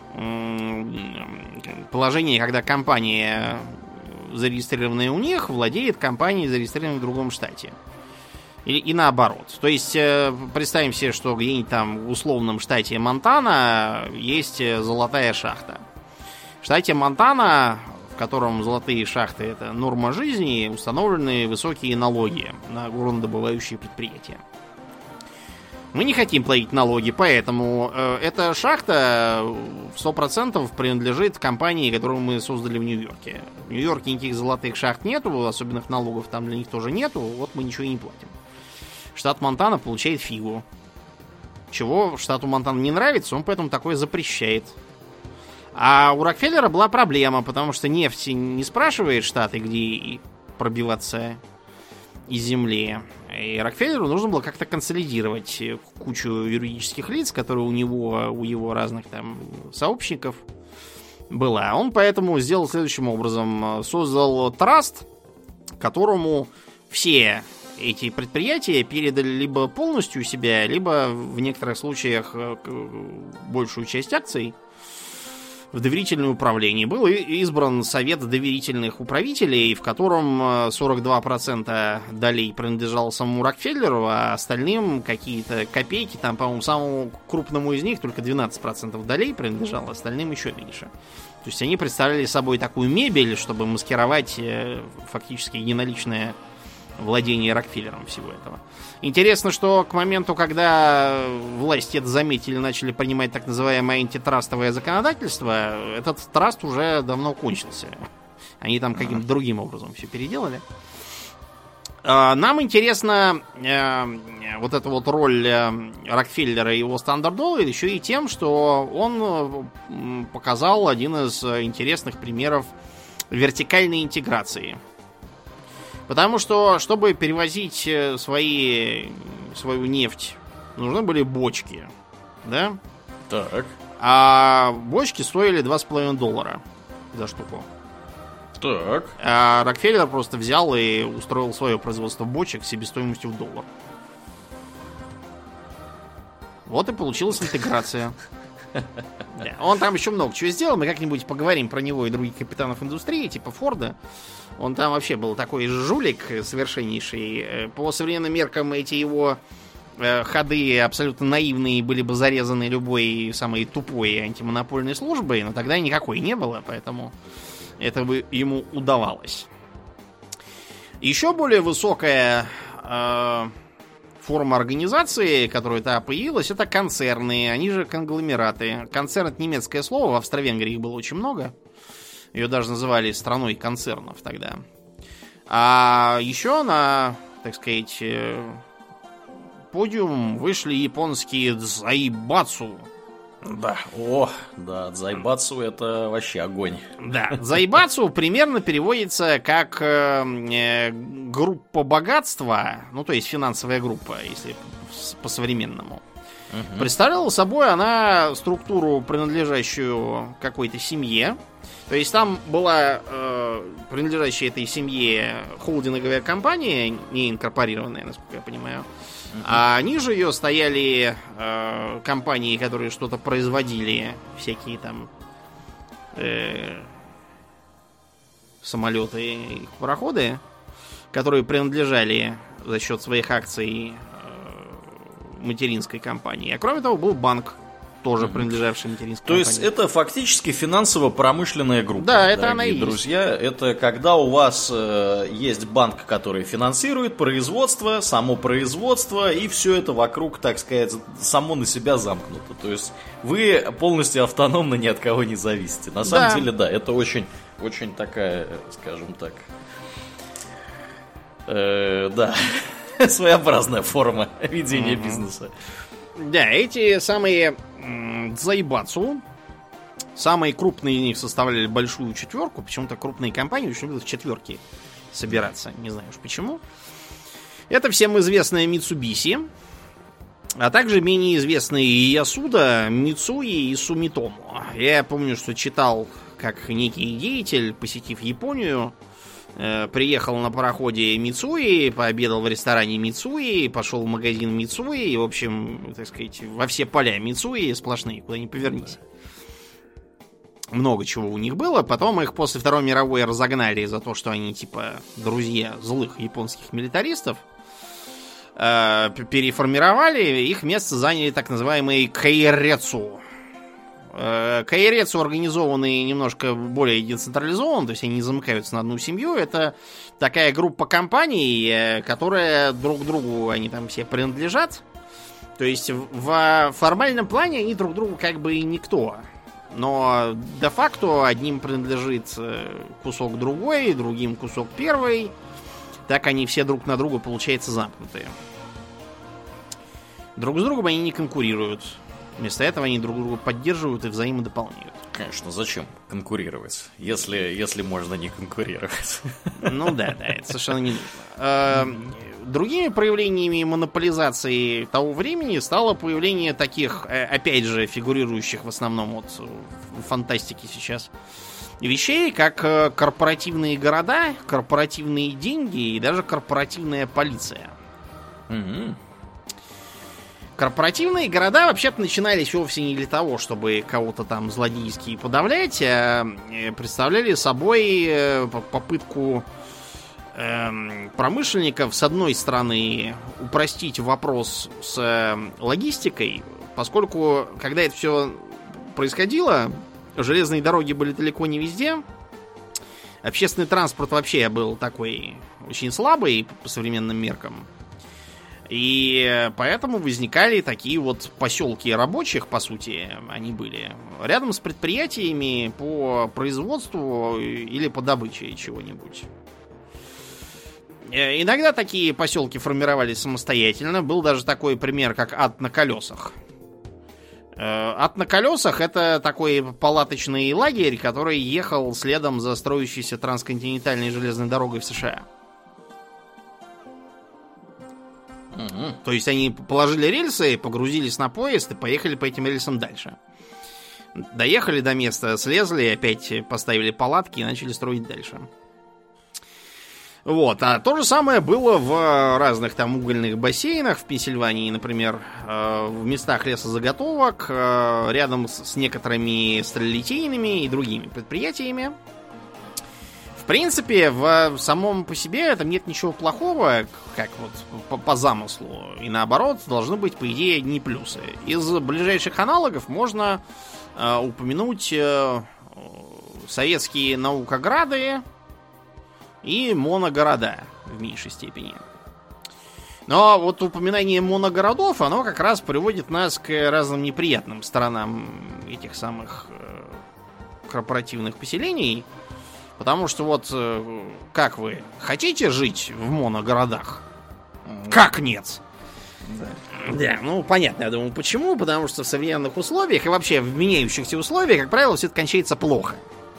положение, когда компания, зарегистрированная у них, владеет компанией, зарегистрированной в другом штате. И наоборот. То есть, представим себе, что где-нибудь там в условном штате Монтана есть золотая шахта. В штате Монтана, в котором золотые шахты — это норма жизни, установлены высокие налоги на горнодобывающие предприятия. Мы не хотим платить налоги, поэтому эта шахта в 100% принадлежит компании, которую мы создали в Нью-Йорке. В Нью-Йорке никаких золотых шахт нету, особенных налогов там для них тоже нету, вот мы ничего и не платим. Штат Монтана получает фигу. Чего штату Монтана не нравится, он поэтому такое запрещает. А у Рокфеллера была проблема, потому что нефть не спрашивает штаты, где пробиваться из земли. И Рокфеллеру нужно было как-то консолидировать кучу юридических лиц, которые у его разных там сообщников была. Он поэтому сделал следующим образом. Создал траст, которому все эти предприятия передали либо полностью себя, либо в некоторых случаях большую часть акций в доверительное управление. Был избран совет доверительных управителей, в котором 42% долей принадлежало самому Рокфеллеру, а остальным какие-то копейки, там, по-моему, самому крупному из них только 12% долей принадлежало, остальным еще меньше. То есть они представляли собой такую мебель, чтобы маскировать фактически единоличное владения Рокфеллером всего этого. Интересно, что к моменту, когда власти это заметили, начали принимать так называемое антитрастовое законодательство, этот траст уже давно кончился. Они там каким-то другим образом все переделали. Нам интересна вот эта вот роль Рокфеллера и его Standard Oil еще и тем, что он показал один из интересных примеров вертикальной интеграции. Потому что, чтобы перевозить свою нефть, нужны были бочки. Да? Так. А бочки стоили $2,5 за штуку. Так. А Рокфеллер просто взял и устроил свое производство бочек с себестоимостью в $1. Вот и получилась интеграция. Он там еще много чего сделал. Мы как-нибудь поговорим про него и других капитанов индустрии, типа Форда. Он там вообще был такой жулик совершеннейший. По современным меркам эти его ходы абсолютно наивные были бы зарезаны любой самой тупой антимонопольной службой, но тогда никакой не было, поэтому это бы ему удавалось. Еще более высокая форма организации, которая тогда появилась, это концерны, они же конгломераты. Концерн — это немецкое слово, в Австро-Венгрии их было очень много. Ее даже называли страной концернов тогда. А еще на, так сказать, подиум вышли японские дзайбацу. Да, да, дзайбацу — это вообще огонь. Да, дзайбацу примерно переводится как группа богатства, ну, то есть финансовая группа, если по-современному. Представляла собой она структуру, принадлежащую какой-то семье. То есть там была принадлежащая этой семье холдинговая компания, не инкорпорированная, насколько я понимаю. А ниже ее стояли компании, которые что-то производили, всякие там самолеты и пароходы, которые принадлежали за счет своих акций материнской компании. А кроме того, был банк, тоже принадлежавший материнской компании. То есть это фактически финансово-промышленная группа. Да, это она и есть. Друзья, это когда у вас есть банк, который финансирует производство, само производство, и все это вокруг, так сказать, само на себя замкнуто. То есть вы полностью автономно ни от кого не зависите. На самом деле, да, это очень, очень такая, скажем так, да, своеобразная форма ведения бизнеса. Да, эти самые дзайбацу, самые крупные из них составляли большую четверку. Почему-то крупные компании очень любят в четверке собираться. Не знаю уж почему. Это всем известная Mitsubishi, а также менее известные Ясуда, Мицуи и Сумитому. Я помню, что читал, как некий деятель, посетив Японию, приехал на пароходе Мицуи, пообедал в ресторане Мицуи, пошел в магазин Мицуи, и, в общем, так сказать, во все поля Мицуи сплошные, куда ни повернись. Много чего у них было. Потом их после Второй мировой разогнали за то, что они, типа, друзья злых японских милитаристов. Переформировали, их место заняли так называемые кайрецу. Кайрецу организованы немножко более децентрализованно, то есть они не замыкаются на одну семью. Это такая группа компаний, которая друг другу, они там все принадлежат. То есть в формальном плане они друг другу как бы и никто. Но де-факто одним принадлежит кусок другой, другим кусок первый. Так они все друг на друга, получается, замкнутые. Друг с другом они не конкурируют. Вместо этого они друг друга поддерживают и взаимодополняют. Конечно, зачем конкурировать, если можно не конкурировать? Ну да, это совершенно не нужно. Другими проявлениями монополизации того времени стало появление таких, опять же, фигурирующих в основном вот в фантастике сейчас, вещей, как корпоративные города, корпоративные деньги и даже корпоративная полиция. Корпоративные города вообще-то начинались вовсе не для того, чтобы кого-то там злодейски подавлять, а представляли собой попытку промышленников, с одной стороны, упростить вопрос с логистикой, поскольку, когда это все происходило, железные дороги были далеко не везде, Общественный транспорт вообще был такой очень слабый по современным меркам. И поэтому возникали такие вот поселки рабочих, по сути, они были рядом с предприятиями по производству или по добыче чего-нибудь. Иногда такие поселки формировались самостоятельно. Был даже такой пример, как ад на колесах. Ад на колесах — это такой палаточный лагерь, который ехал следом за строящейся трансконтинентальной железной дорогой в США. То есть они положили рельсы, погрузились на поезд и поехали по этим рельсам дальше. Доехали до места, слезли, опять поставили палатки и начали строить дальше. Вот, а то же самое было в разных там угольных бассейнах в Пенсильвании, например, в местах лесозаготовок, рядом с некоторыми сталелитейными и другими предприятиями. В принципе, в самом по себе этом нет ничего плохого, как вот по замыслу. И наоборот, должны быть, по идее, одни плюсы. Из ближайших аналогов можно упомянуть советские наукограды и моногорода в меньшей степени. Но вот упоминание моногородов, оно как раз приводит нас к разным неприятным сторонам этих самых корпоративных поселений. Потому что вот, как вы, хотите жить в моногородах? Как нет? Да, ну понятно, я думаю, почему. Потому что в современных условиях и вообще в меняющихся условиях, как правило, все это кончается плохо.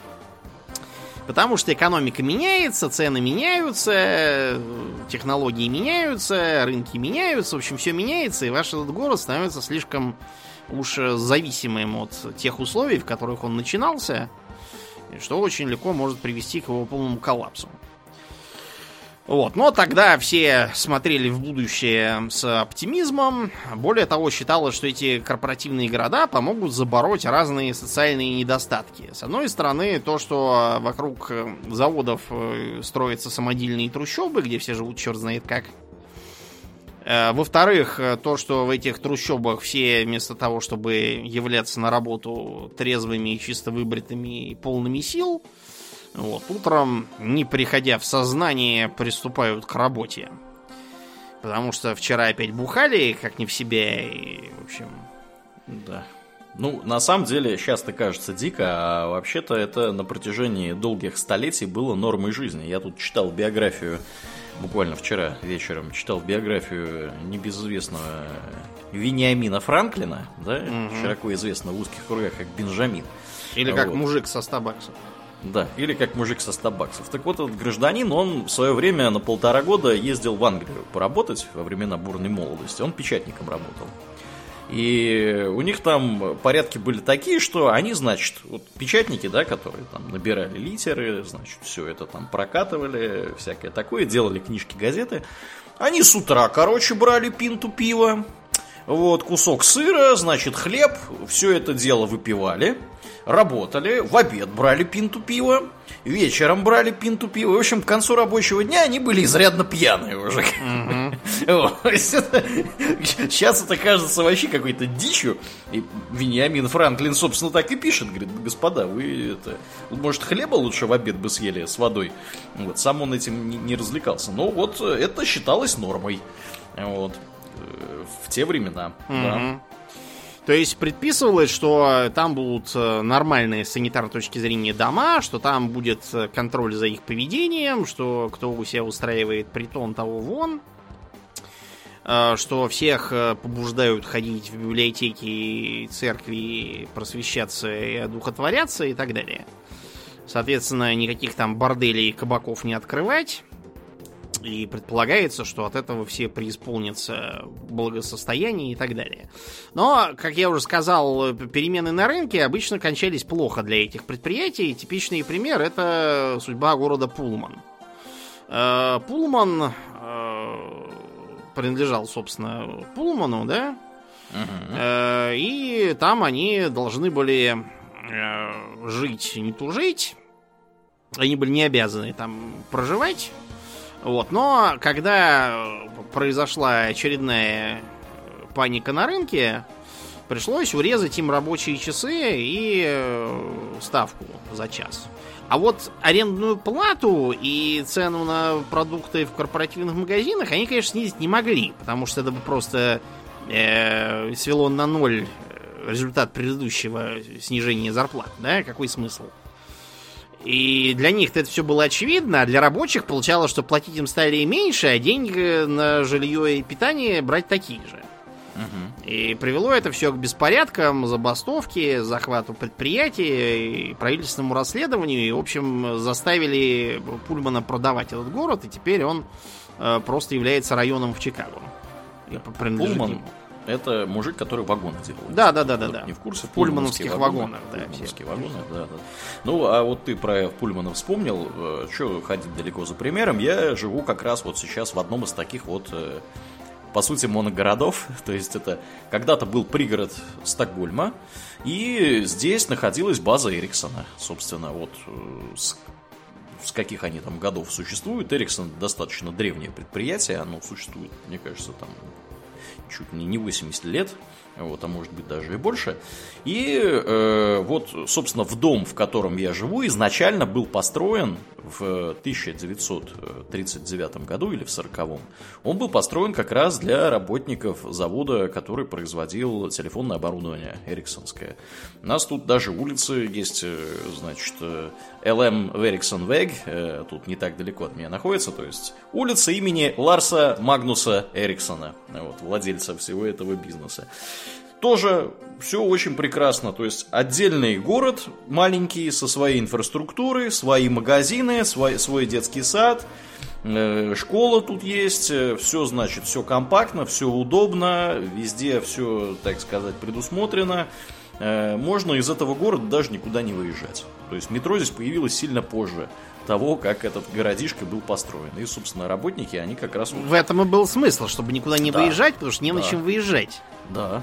Потому что экономика меняется, цены меняются, технологии меняются, рынки меняются, в общем, все меняется, и ваш этот город становится слишком уж зависимым от тех условий, в которых он начинался, что очень легко может привести к его полному коллапсу. Вот. Но тогда все смотрели в будущее с оптимизмом. Более того, считалось, что эти корпоративные города помогут забороть разные социальные недостатки. С одной стороны, то, что вокруг заводов строятся самодельные трущобы, где все живут черт знает как. Во-вторых, то, что в этих трущобах все вместо того, чтобы являться на работу трезвыми, чисто выбритыми и полными сил, вот, утром, не приходя в сознание, приступают к работе. Потому что вчера опять бухали, как не в себе, и, в общем... Да. Ну, на самом деле, сейчас это кажется дико, а вообще-то это на протяжении долгих столетий было нормой жизни. Я тут читал биографию, буквально вчера вечером, читал биографию небезызвестного Вениамина Франклина, да, широко известного в узких кругах как Бенджамин. Или как мужик со 100 баксов. Да, или как мужик со 100 баксов. Так вот, этот гражданин, он в свое время на 1,5 года ездил в Англию поработать во времена бурной молодости. Он печатником работал. И у них там порядки были такие, что они, значит, вот печатники, да, которые там набирали литеры, значит, все это там прокатывали, всякое такое, делали книжки, газеты. Они с утра, короче, брали пинту пива, вот, кусок сыра, значит, хлеб, все это дело выпивали. Работали, в обед брали пинту пива, вечером брали пинту пива. В общем, к концу рабочего дня они были изрядно пьяные уже. Сейчас это кажется вообще какой-то дичью. И Вениамин Франклин, собственно, так и пишет. Говорит, господа, вы это... Может, хлеба лучше в обед бы съели с водой. Вот, сам он этим не развлекался. Но вот это считалось нормой. Вот. В те времена. Да. То есть предписывалось, что там будут нормальные с санитарной точки зрения дома, что там будет контроль за их поведением, что кто у себя устраивает притон, того вон, что всех побуждают ходить в библиотеки, церкви, просвещаться и одухотворяться и так далее. Соответственно, никаких там борделей и кабаков не открывать. И предполагается, что от этого все преисполнятся благосостояние и так далее. Но, как я уже сказал, перемены на рынке обычно кончались плохо для этих предприятий. Типичный пример — это судьба города Пулман. Пулман принадлежал, собственно, Пулману, да? И там они должны были жить, не тужить. Они были не обязаны там проживать. Вот. Но когда произошла очередная паника на рынке, пришлось урезать им рабочие часы и ставку за час. А вот арендную плату и цену на продукты в корпоративных магазинах они, конечно, снизить не могли, потому что это бы просто свело на ноль результат предыдущего снижения зарплат, да? Какой смысл? И для них это все было очевидно, а для рабочих получалось, что платить им стали меньше, а деньги на жилье и питание брать такие же. И привело это все к беспорядкам, забастовке, захвату предприятий, правительственному расследованию. И, в общем, заставили Пульмана продавать этот город, и теперь он просто является районом в Чикаго. Пульман — это мужик, который вагоны делал. Да. Не в курсе? В пульмановских вагонах. Пульмановские вагоны, да. Ну, а вот ты про Пульмана вспомнил. Что ходить далеко за примером? Я живу как раз вот сейчас в одном из таких вот... по сути, моногородов. То есть это когда-то был пригород Стокгольма, и здесь находилась база Эриксона. Собственно, вот с каких они там годов существуют. Эриксон достаточно древнее предприятие, оно существует, мне кажется, там чуть не 80 лет, вот, а может быть даже и больше. И вот, собственно, в дом, в котором я живу, изначально был построен в 1939 году или в 1940-м. Он был построен как раз для работников завода, который производил телефонное оборудование эриксонское. У нас тут даже улицы есть, значит, ЛМ Эриксон Вег, тут не так далеко от меня находится, то есть улица имени Ларса Магнуса Эриксона, вот, владельца всего этого бизнеса. Тоже все очень прекрасно, то есть отдельный город маленький со своей инфраструктурой, свои магазины, свой детский сад, школа тут есть, все, значит, все компактно, все удобно, везде все, так сказать, предусмотрено. Можно из этого города даже никуда не выезжать. То есть метро здесь появилось сильно позже того, как этот городишко был построен. И, собственно, работники, они как раз... В этом и был смысл, чтобы никуда не выезжать, потому что не на чем выезжать. Да.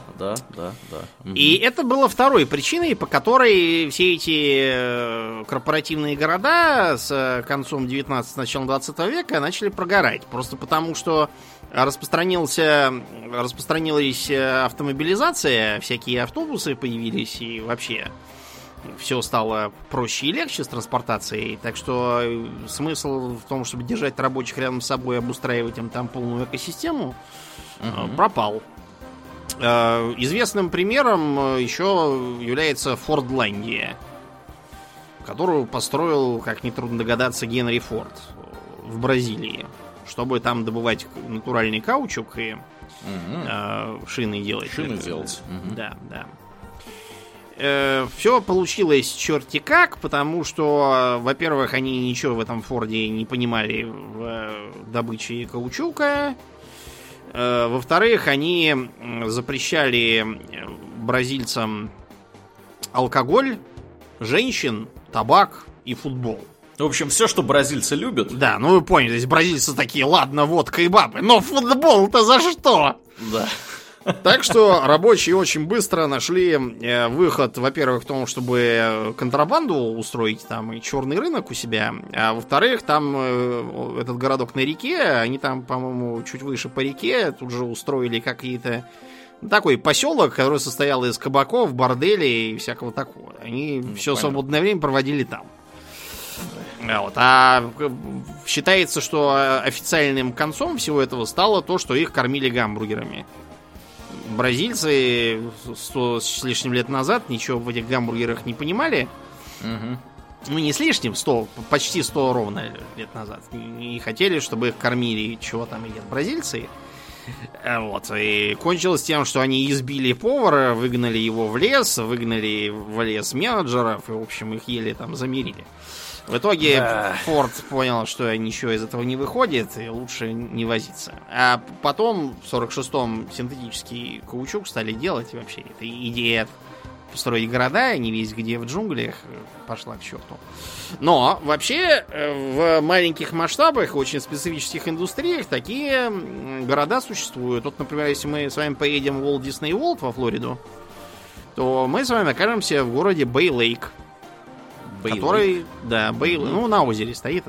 И это было второй причиной, по которой все эти корпоративные города с концом 19-го, началом 20 века начали прогорать. Просто потому, что распространилась автомобилизация, всякие автобусы появились, и вообще все стало проще и легче с транспортацией. Так что смысл в том, чтобы держать рабочих рядом с собой и обустраивать им там полную экосистему, пропал. Известным примером еще является Фордландия, которую построил, как нетрудно догадаться, Генри Форд в Бразилии, чтобы там добывать натуральный каучук и шины делать. Да. Все получилось черти как, потому что, во-первых, они ничего в этом Форде не понимали в добыче каучука. Во-вторых, они запрещали бразильцам алкоголь, женщин, табак и футбол. В общем, все, что бразильцы любят. Да, ну вы поняли, здесь бразильцы такие, ладно, водка и бабы, но футбол-то за что? Да. Так что рабочие очень быстро нашли выход, во-первых, в том, чтобы контрабанду устроить там и черный рынок у себя, а во-вторых, там этот городок на реке, они там, по-моему, чуть выше по реке тут же устроили какие-то такой поселок, который состоял из кабаков, борделей и всякого такого. Они все свободное время проводили там. Вот. А считается, что официальным концом всего этого стало то, что их кормили гамбургерами. Бразильцы 100 с лишним лет назад ничего в этих гамбургерах не понимали. Ну, не с лишним, 100, почти 100 ровно лет назад. И хотели, чтобы их кормили, чего там едят бразильцы. Вот. И кончилось тем, что они избили повара, выгнали его в лес, выгнали в лес менеджеров, и, в общем, их еле там замирили. В итоге Форд понял, что ничего из этого не выходит, и лучше не возиться. А потом, в 46-м, синтетический каучук стали делать, и вообще эта идея построить города, не весь где в джунглях, пошла к черту. Но, вообще, в маленьких масштабах, очень специфических индустриях такие города существуют. Вот, например, если мы с вами поедем в Walt Disney World во Флориду, то мы с вами окажемся в городе Бэй-Лейк. Который, да, ну, на озере стоит.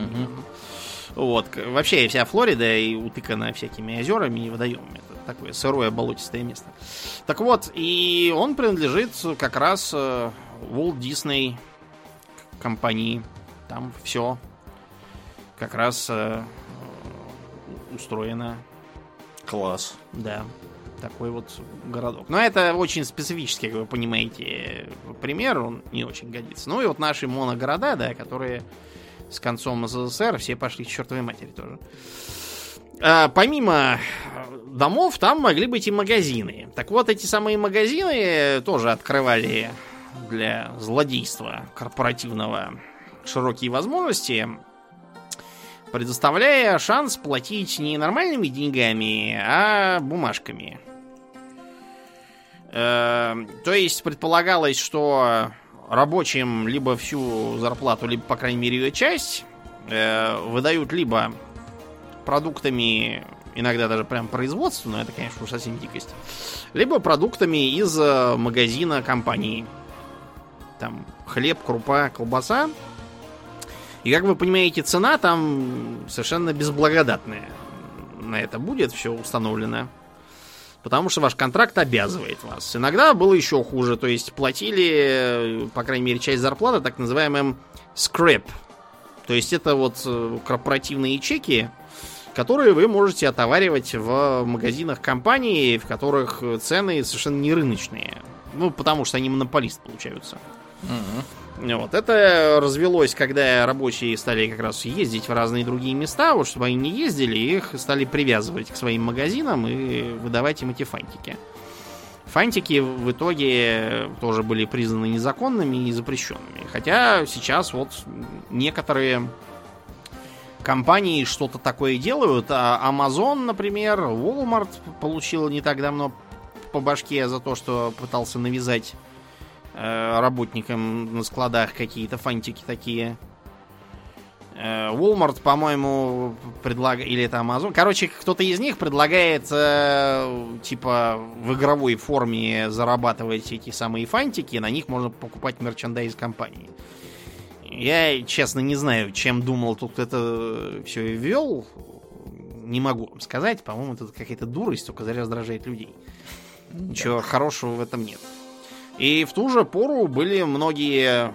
Вот. Вообще вся Флорида и утыкана всякими озерами и водоемами. Это такое сырое болотистое место. Так вот, и он принадлежит как раз Walt Disney компании. Там все как раз устроено. Класс. Да, такой вот городок. Но это очень специфический, как вы понимаете, пример, он не очень годится. Ну и вот наши моногорода, да, которые с концом СССР все пошли к чертовой матери тоже. Помимо домов, там могли быть и магазины. Так вот, эти самые магазины тоже открывали для злодейства корпоративного широкие возможности, предоставляя шанс платить не нормальными деньгами, а бумажками. То есть предполагалось, что рабочим либо всю зарплату, либо, по крайней мере, ее часть выдают либо продуктами, иногда даже прям производственную, это, конечно, уж совсем дикость, либо продуктами из магазина компании. Там хлеб, крупа, колбаса. И, как вы понимаете, цена там совершенно безблагодатная. На это будет все установлено. Потому что ваш контракт обязывает вас. Иногда было еще хуже. То есть платили, по крайней мере, часть зарплаты так называемым scrap. То есть это вот корпоративные чеки, которые вы можете отоваривать в магазинах компании, в которых цены совершенно не рыночные. Ну, потому что они монополисты получаются. Вот. Это развелось, когда рабочие стали как раз ездить в разные другие места. Вот чтобы они не ездили, их стали привязывать к своим магазинам и выдавать им эти фантики. Фантики в итоге тоже были признаны незаконными и запрещенными. Хотя сейчас вот некоторые компании что-то такое делают. А Amazon, например, Walmart получил не так давно по башке за то, что пытался навязать работникам на складах какие-то фантики такие. Walmart, по-моему, предлагает... Или это Amazon. Короче, кто-то из них предлагает типа в игровой форме зарабатывать эти самые фантики. На них можно покупать мерчендайз компании. Я, честно, не знаю, чем думал тут это все ввел. Не могу вам сказать. По-моему, это какая-то дурость, только зря раздражает людей. Ничего хорошего в этом нет. И в ту же пору были многие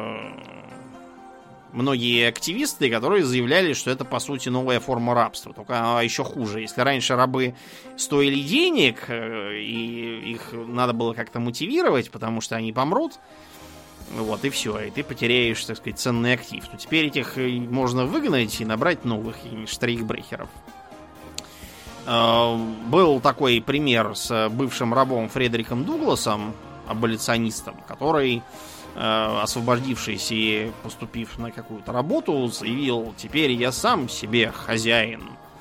активисты, которые заявляли, что это, по сути, новая форма рабства. Только еще хуже. Если раньше рабы стоили денег, и их надо было как-то мотивировать, потому что они помрут, вот, и все. И ты потеряешь, так сказать, ценный актив. То теперь этих можно выгнать и набрать новых штрейкбрехеров. Был такой пример с бывшим рабом Фредериком Дугласом, аболиционистом, который, освободившись и поступив на какую-то работу, заявил: теперь я сам себе хозяин.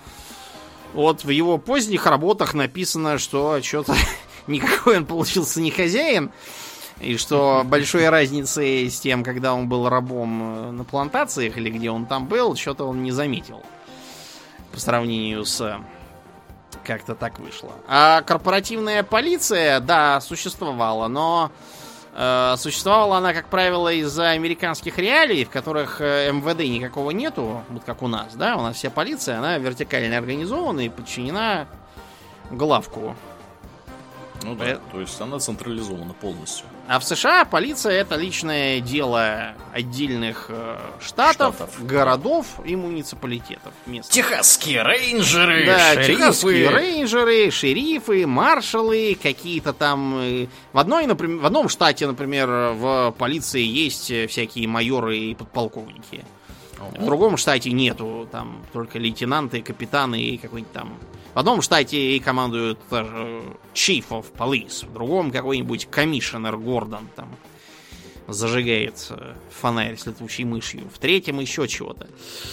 Вот в его поздних работах написано, что что-то никакой он получился не хозяин, и что большой разницы с тем, когда он был рабом на плантациях или где он там был, что-то он не заметил по сравнению с... Как-то так вышло. А корпоративная полиция, да, существовала, но существовала она, как правило, из-за американских реалий, в которых МВД никакого нету, вот как у нас, да, у нас вся полиция, она вертикально организована и подчинена главку. Ну да, то есть она централизована полностью. А в США полиция — это личное дело отдельных штатов, городов и муниципалитетов местных. Техасские рейнджеры, да, шерифы. Техасские рейнджеры, шерифы, маршалы, какие-то там... В одном штате, например, в полиции есть всякие майоры и подполковники. В другом штате нету, там только лейтенанты, капитаны и какой-нибудь там... В одном штате и командуют Chief of Police, в другом какой-нибудь комиссионер Гордон там зажигает фонарь с летучей мышью, в третьем еще чего-то.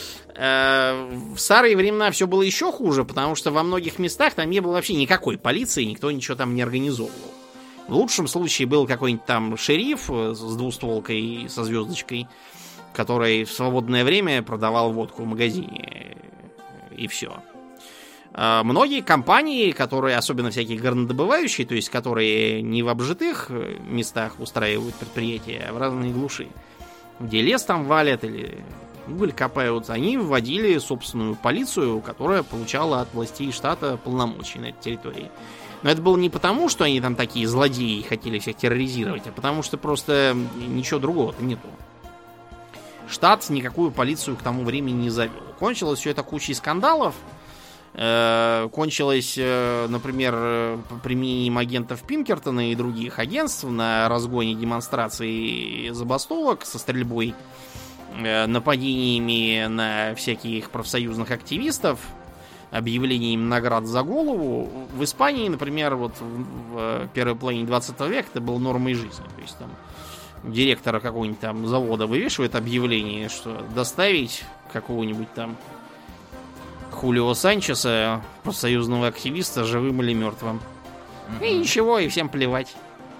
В старые времена все было еще хуже, потому что во многих местах там не было вообще никакой полиции, никто ничего там не организовывал. В лучшем случае был какой-нибудь там шериф с двустволкой, со звездочкой, который в свободное время продавал водку в магазине. И все. Многие компании, которые, особенно всякие горнодобывающие, то есть которые не в обжитых местах устраивают предприятия, а в разные глуши, где лес там валят или уголь копают, они вводили собственную полицию, которая получала от властей штата полномочия на этой территории. Но это было не потому, что они там такие злодеи и хотели всех терроризировать, а потому что просто ничего другого-то нету. штат никакую полицию к тому времени не завел. Кончилось все это кучей скандалов. Кончилось, например, применением агентов Пинкертона и других агентств на разгоне демонстраций и забастовок со стрельбой, нападениями на всяких профсоюзных активистов, объявлением наград за голову. В Испании, например, вот в первой половине 20 века это было нормой жизни. То есть там директора какого-нибудь там завода вывешивает объявление, что доставить какого-нибудь там Хулио Санчеса, профсоюзного активиста, живым или мертвым. И ничего, и всем плевать.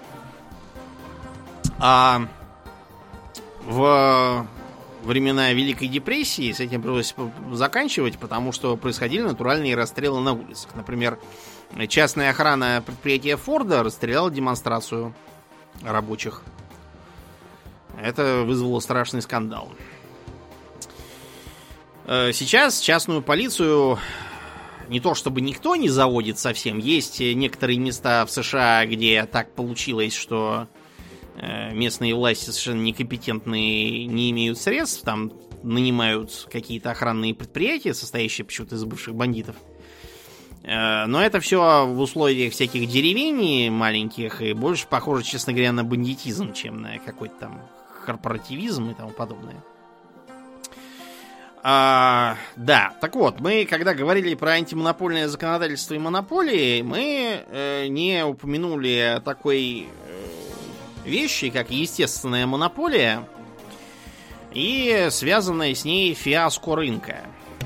А в времена Великой депрессии с этим пришлось заканчивать, потому что происходили натуральные расстрелы на улицах. Например, частная охрана предприятия Форда расстреляла демонстрацию рабочих. Это вызвало страшный скандал. Сейчас частную полицию не то чтобы никто не заводит совсем. Есть некоторые места в США, где так получилось, что местные власти совершенно некомпетентные, не имеют средств. Там нанимают какие-то охранные предприятия, состоящие почему-то из бывших бандитов. Но это все в условиях всяких деревень маленьких и больше похоже, честно говоря, на бандитизм, чем на какой-то там корпоративизм и тому подобное. Да, так вот, мы, когда говорили про антимонопольное законодательство и монополии, мы не упомянули такой вещи, как естественная монополия и связанная с ней фиаско рынка.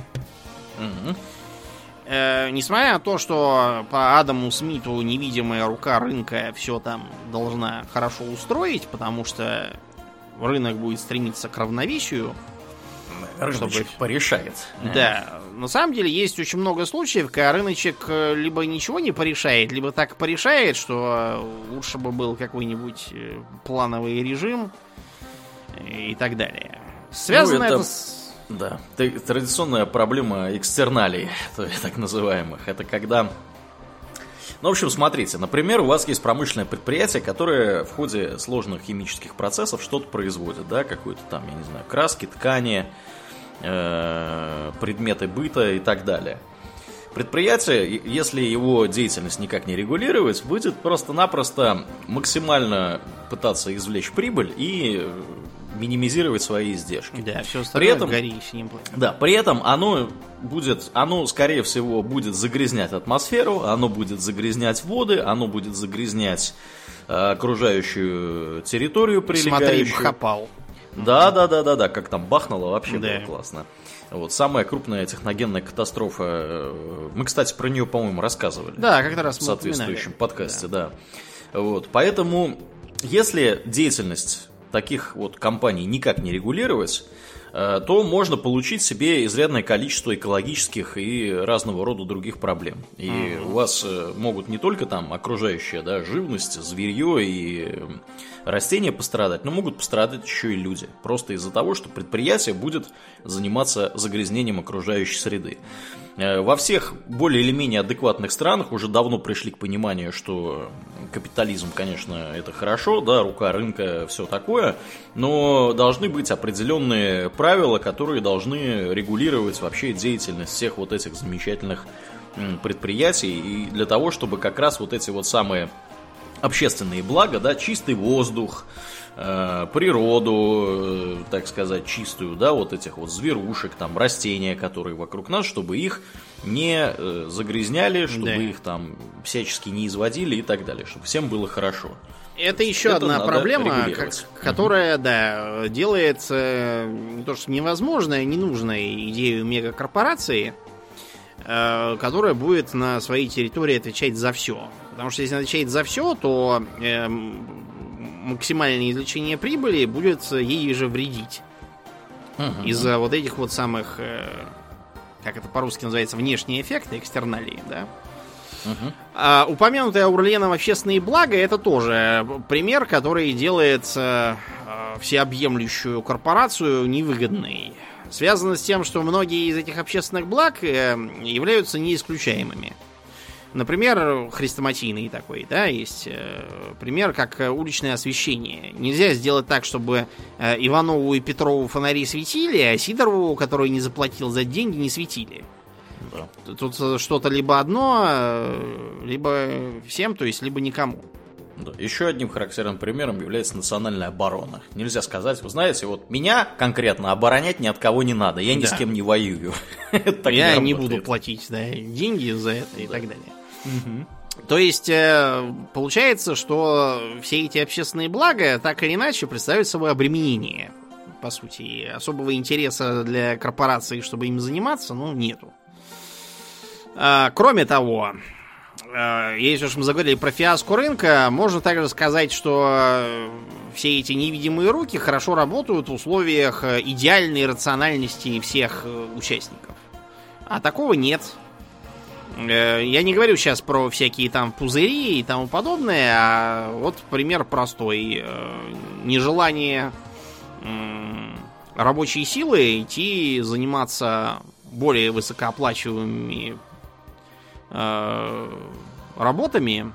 Несмотря на то, что по Адаму Смиту невидимая рука рынка все там должна хорошо устроить, потому что рынок будет стремиться к равновесию, рыночек порешает. Да, на самом деле есть очень много случаев, когда рыночек либо ничего не порешает, либо так порешает, что лучше бы был какой-нибудь плановый режим и так далее. Связано это с... Да, традиционная проблема экстерналей, так называемых. Это когда... Ну, в общем, смотрите, например, у вас есть промышленное предприятие, которое в ходе сложных химических процессов что-то производит, да, какую-то там, я не знаю, краски, ткани, предметы быта и так далее. Предприятие, если его деятельность никак не регулировать, будет просто-напросто максимально пытаться извлечь прибыль и минимизировать свои издержки. Да, все остальное в горе и синим пламенем. Да, при этом оно, скорее всего, будет загрязнять атмосферу, оно будет загрязнять воды, оно будет загрязнять окружающую территорию прилегающую. Смотри, Бхопал. Да, как там бахнуло, вообще да. было классно. Вот, самая крупная техногенная катастрофа. Мы, кстати, про нее, по-моему, рассказывали. Да, как-то раз в соответствующем подкасте, да. Вот, поэтому, если деятельность таких вот компаний никак не регулировать, то можно получить себе изрядное количество экологических и разного рода других проблем. И у вас могут не только там окружающая, да, живность, зверье и растения пострадать, но могут пострадать еще и люди. Просто из-за того, что предприятие будет заниматься загрязнением окружающей среды. Во всех более или менее адекватных странах уже давно пришли к пониманию, что капитализм, конечно, это хорошо, да, рука рынка, все такое, но должны быть определенные правила, которые должны регулировать вообще деятельность всех вот этих замечательных предприятий, и для того, чтобы как раз вот эти вот самые общественные блага, да, чистый воздух, природу, так сказать, чистую, да, вот этих вот зверушек, там, растения, которые вокруг нас, чтобы их не загрязняли, чтобы их там всячески не изводили и так далее, чтобы всем было хорошо. Это еще одна проблема, которая, да, делает не то что невозможной, а ненужной идею мегакорпорации, которая будет на своей территории отвечать за все. Потому что если она отвечает за все, то максимальное извлечение прибыли будет ей же вредить. Из-за вот этих вот самых, как это по-русски называется, внешние эффекты, экстерналии, да. А упомянутое Аурлиеном общественные блага — это тоже пример, который делает всеобъемлющую корпорацию невыгодной. Связано с тем, что многие из этих общественных благ являются неисключаемыми. Например, хрестоматийный такой, да, есть пример, как уличное освещение. Нельзя сделать так, чтобы Иванову и Петрову фонари светили, а Сидорову, который не заплатил за деньги, не светили. Да. Тут что-то либо одно, либо всем, то есть либо никому. Да. Еще одним характерным примером является национальная оборона. Нельзя сказать, вы знаете, вот меня конкретно оборонять ни от кого не надо, я ни с кем не воюю. Я не буду платить деньги за это и так далее. То есть, получается, что все эти общественные блага так или иначе представляют собой обременение, по сути. И особого интереса для корпораций, чтобы им заниматься, нету. Кроме того, если уж мы заговорили про фиаско рынка, можно также сказать, что все эти невидимые руки хорошо работают в условиях идеальной рациональности всех участников. А такого нет. Я не говорю сейчас про всякие там пузыри и тому подобное, а вот пример простой. Нежелание рабочей силы идти заниматься более высокооплачиваемыми работами,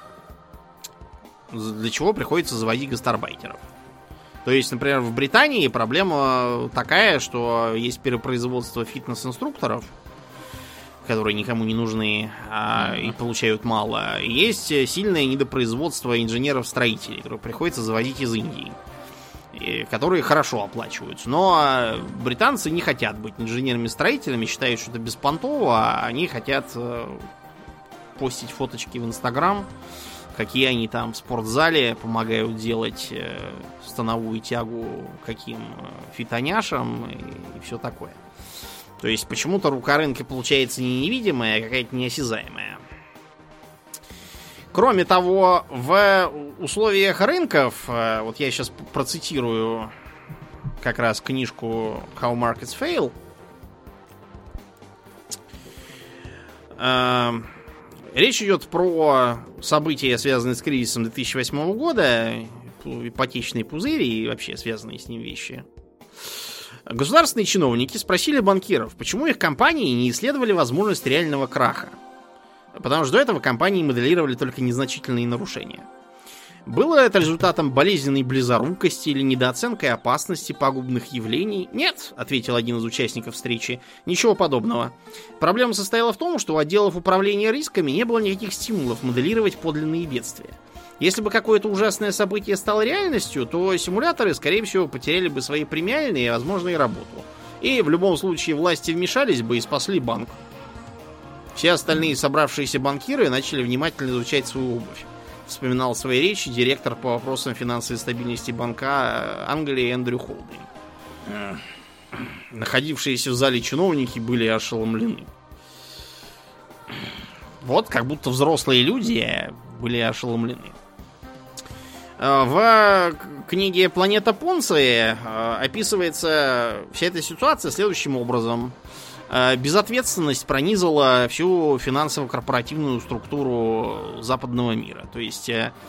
для чего приходится заводить гастарбайтеров. То есть, например, в Британии проблема такая, что есть перепроизводство фитнес-инструкторов, которые никому не нужны и получают мало. Есть сильное недопроизводство инженеров-строителей, которые приходится заводить из Индии, которые хорошо оплачиваются. Но британцы не хотят быть инженерами-строителями, считают, что это беспонтово, а они хотят постить фоточки в Инстаграм, какие они там в спортзале помогают делать становую тягу каким фитоняшам и все такое. То есть почему-то рука рынка получается не невидимая, а какая-то неосязаемая. Кроме того, в условиях рынков, вот я сейчас процитирую как раз книжку How Markets Fail. Речь идет про события, связанные с кризисом 2008 года, ипотечные пузыри и вообще связанные с ним вещи. Государственные чиновники спросили банкиров, почему их компании не исследовали возможность реального краха. Потому что до этого компании моделировали только незначительные нарушения. Было это результатом болезненной близорукости или недооценкой опасности пагубных явлений? Нет, ответил один из участников встречи. Ничего подобного. Проблема состояла в том, что у отделов управления рисками не было никаких стимулов моделировать подлинные бедствия. Если бы какое-то ужасное событие стало реальностью, то симуляторы, скорее всего, потеряли бы свои премиальные и, возможно, и работу. И в любом случае власти вмешались бы и спасли банк. Все остальные собравшиеся банкиры начали внимательно изучать свою обувь. Вспоминал в своей речи директор по вопросам финансовой стабильности банка Англии Эндрю Холдин. Находившиеся в зале чиновники были ошеломлены. Вот, как будто взрослые люди были ошеломлены. В книге «Планета Понции» описывается вся эта ситуация следующим образом. Безответственность пронизала всю финансово-корпоративную структуру западного мира. То есть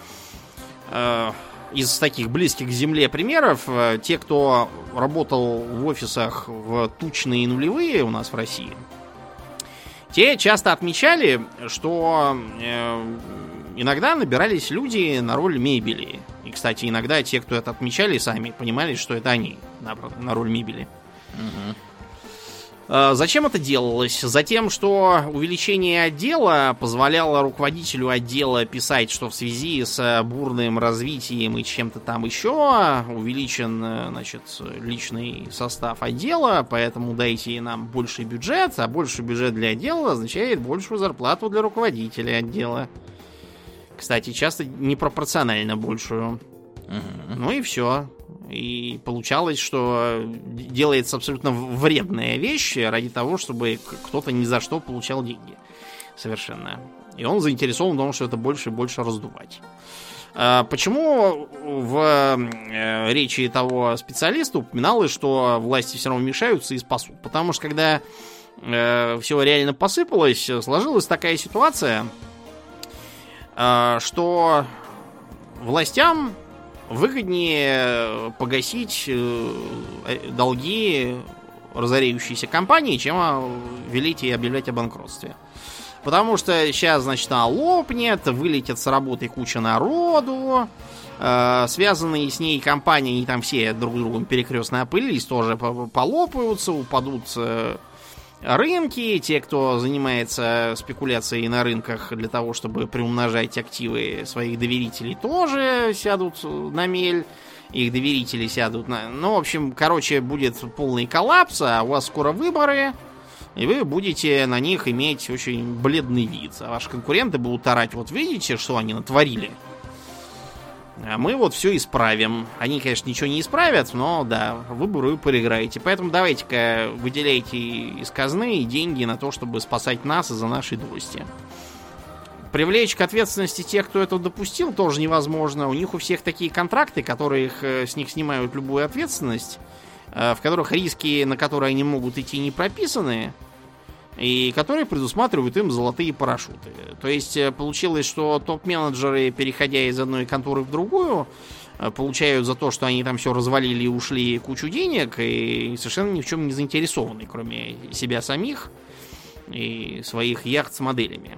из таких близких к земле примеров, те, кто работал в офисах в тучные нулевые у нас в России, те часто отмечали, что иногда набирались люди на роль мебели. И, кстати, иногда те, кто это отмечали, сами понимали, что это они на роль мебели. Угу. Зачем это делалось? Затем, что увеличение отдела позволяло руководителю отдела писать, что в связи с бурным развитием и чем-то там еще увеличен, значит, личный состав отдела, поэтому дайте нам больший бюджет, а больший бюджет для отдела означает большую зарплату для руководителя отдела. Кстати, часто непропорционально большую. Ну и все. И получалось, что делается абсолютно вредная вещь ради того, чтобы кто-то ни за что получал деньги. Совершенно. И он заинтересован в том, что это больше и больше раздувать. Почему в речи того специалиста упоминалось, что власти все равно вмешаются и спасут? Потому что когда все реально посыпалось, сложилась такая ситуация, что властям выгоднее погасить долги разореющейся компании, чем велить ей объявлять о банкротстве. Потому что сейчас, значит, она лопнет, вылетит с работы куча народу, связанные с ней компании, они там все друг с другом перекрестно опылились, тоже полопаются, упадут рынки. Те, кто занимается спекуляцией на рынках для того, чтобы приумножать активы своих доверителей, тоже сядут на мель. Их доверители сядут на... Ну, в общем, короче, будет полный коллапс, а у вас скоро выборы, и вы будете на них иметь очень бледный вид. А ваши конкуренты будут орать: вот видите, что они натворили? А мы вот все исправим. Они, конечно, ничего не исправят, но да, выборы вы проиграете. Поэтому давайте-ка выделяйте из казны деньги на то, чтобы спасать нас из-за нашей дурости. Привлечь к ответственности тех, кто это допустил, тоже невозможно. У них у всех такие контракты, которые с них снимают любую ответственность, в которых риски, на которые они могут идти, не прописаны, и которые предусматривают им золотые парашюты. То есть получилось, что топ-менеджеры, переходя из одной конторы в другую, получают за то, что они там все развалили и ушли, кучу денег, и совершенно ни в чем не заинтересованы, кроме себя самих и своих яхт с моделями.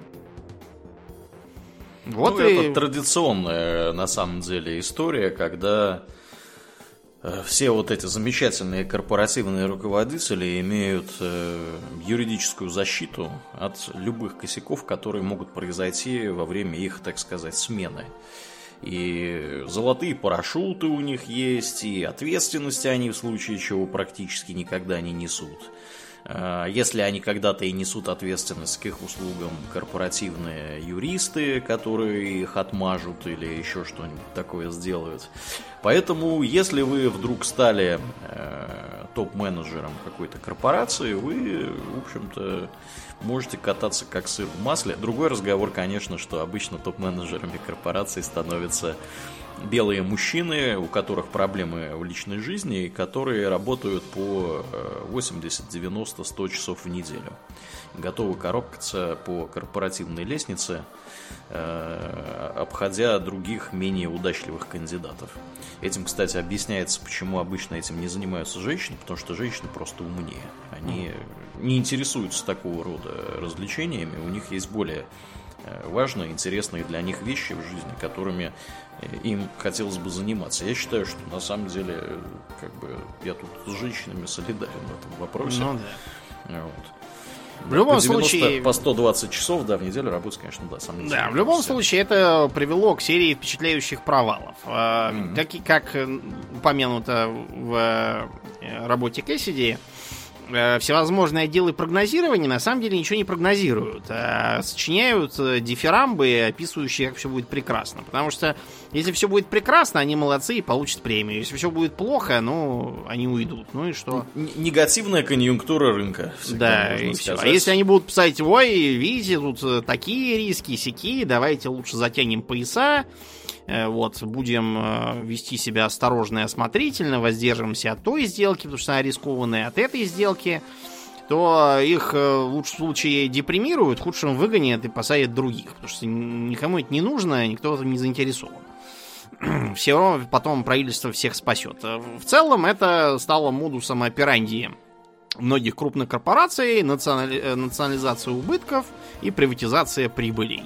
Вот это традиционная, на самом деле, история, когда все вот эти замечательные корпоративные руководители имеют юридическую защиту от любых косяков, которые могут произойти во время их, так сказать, смены. И золотые парашюты у них есть, и ответственности они в случае чего практически никогда не несут. Если они когда-то и несут ответственность, к их услугам корпоративные юристы, которые их отмажут или еще что-нибудь такое сделают. Поэтому, если вы вдруг стали топ-менеджером какой-то корпорации, вы, в общем-то, можете кататься как сыр в масле. Другой разговор, конечно, что обычно топ-менеджерами корпораций становятся белые мужчины, у которых проблемы в личной жизни, и которые работают по 80, 90, 100 часов в неделю. Готовы карабкаться по корпоративной лестнице, обходя других менее удачливых кандидатов. Этим, кстати, объясняется, почему обычно этим не занимаются женщины, потому что женщины просто умнее. Они не интересуются такого рода развлечениями, у них есть более важные, интересные для них вещи в жизни, которыми им хотелось бы заниматься. Я считаю, что на самом деле, как бы, я тут с женщинами солидарен в этом вопросе. Ну да. Вот. В любом по 90, случае... По 120 часов, да, в неделю работать, конечно, да, сомнительно. Да, в любом случае это привело к серии впечатляющих провалов. Как упомянуто в работе Кэссиди, всевозможные отделы прогнозирования на самом деле ничего не прогнозируют, а сочиняют дифирамбы, описывающие, как все будет прекрасно. Потому что если все будет прекрасно, они молодцы и получат премию. Если все будет плохо, ну, они уйдут. Ну и что? Негативная конъюнктура рынка. Да, и все. А если они будут писать: ой, видите, тут такие риски, сякие, давайте лучше затянем пояса, вот, будем вести себя осторожно и осмотрительно, воздержимся от той сделки, потому что она рискованная, от этой сделки, то их в лучшем случае депримируют, в худшем выгонят и посадят других, потому что никому это не нужно, никто в этом не заинтересован. Все равно потом правительство всех спасет. В целом это стало модусом операнди многих крупных корпораций: национализация убытков и приватизация прибылей.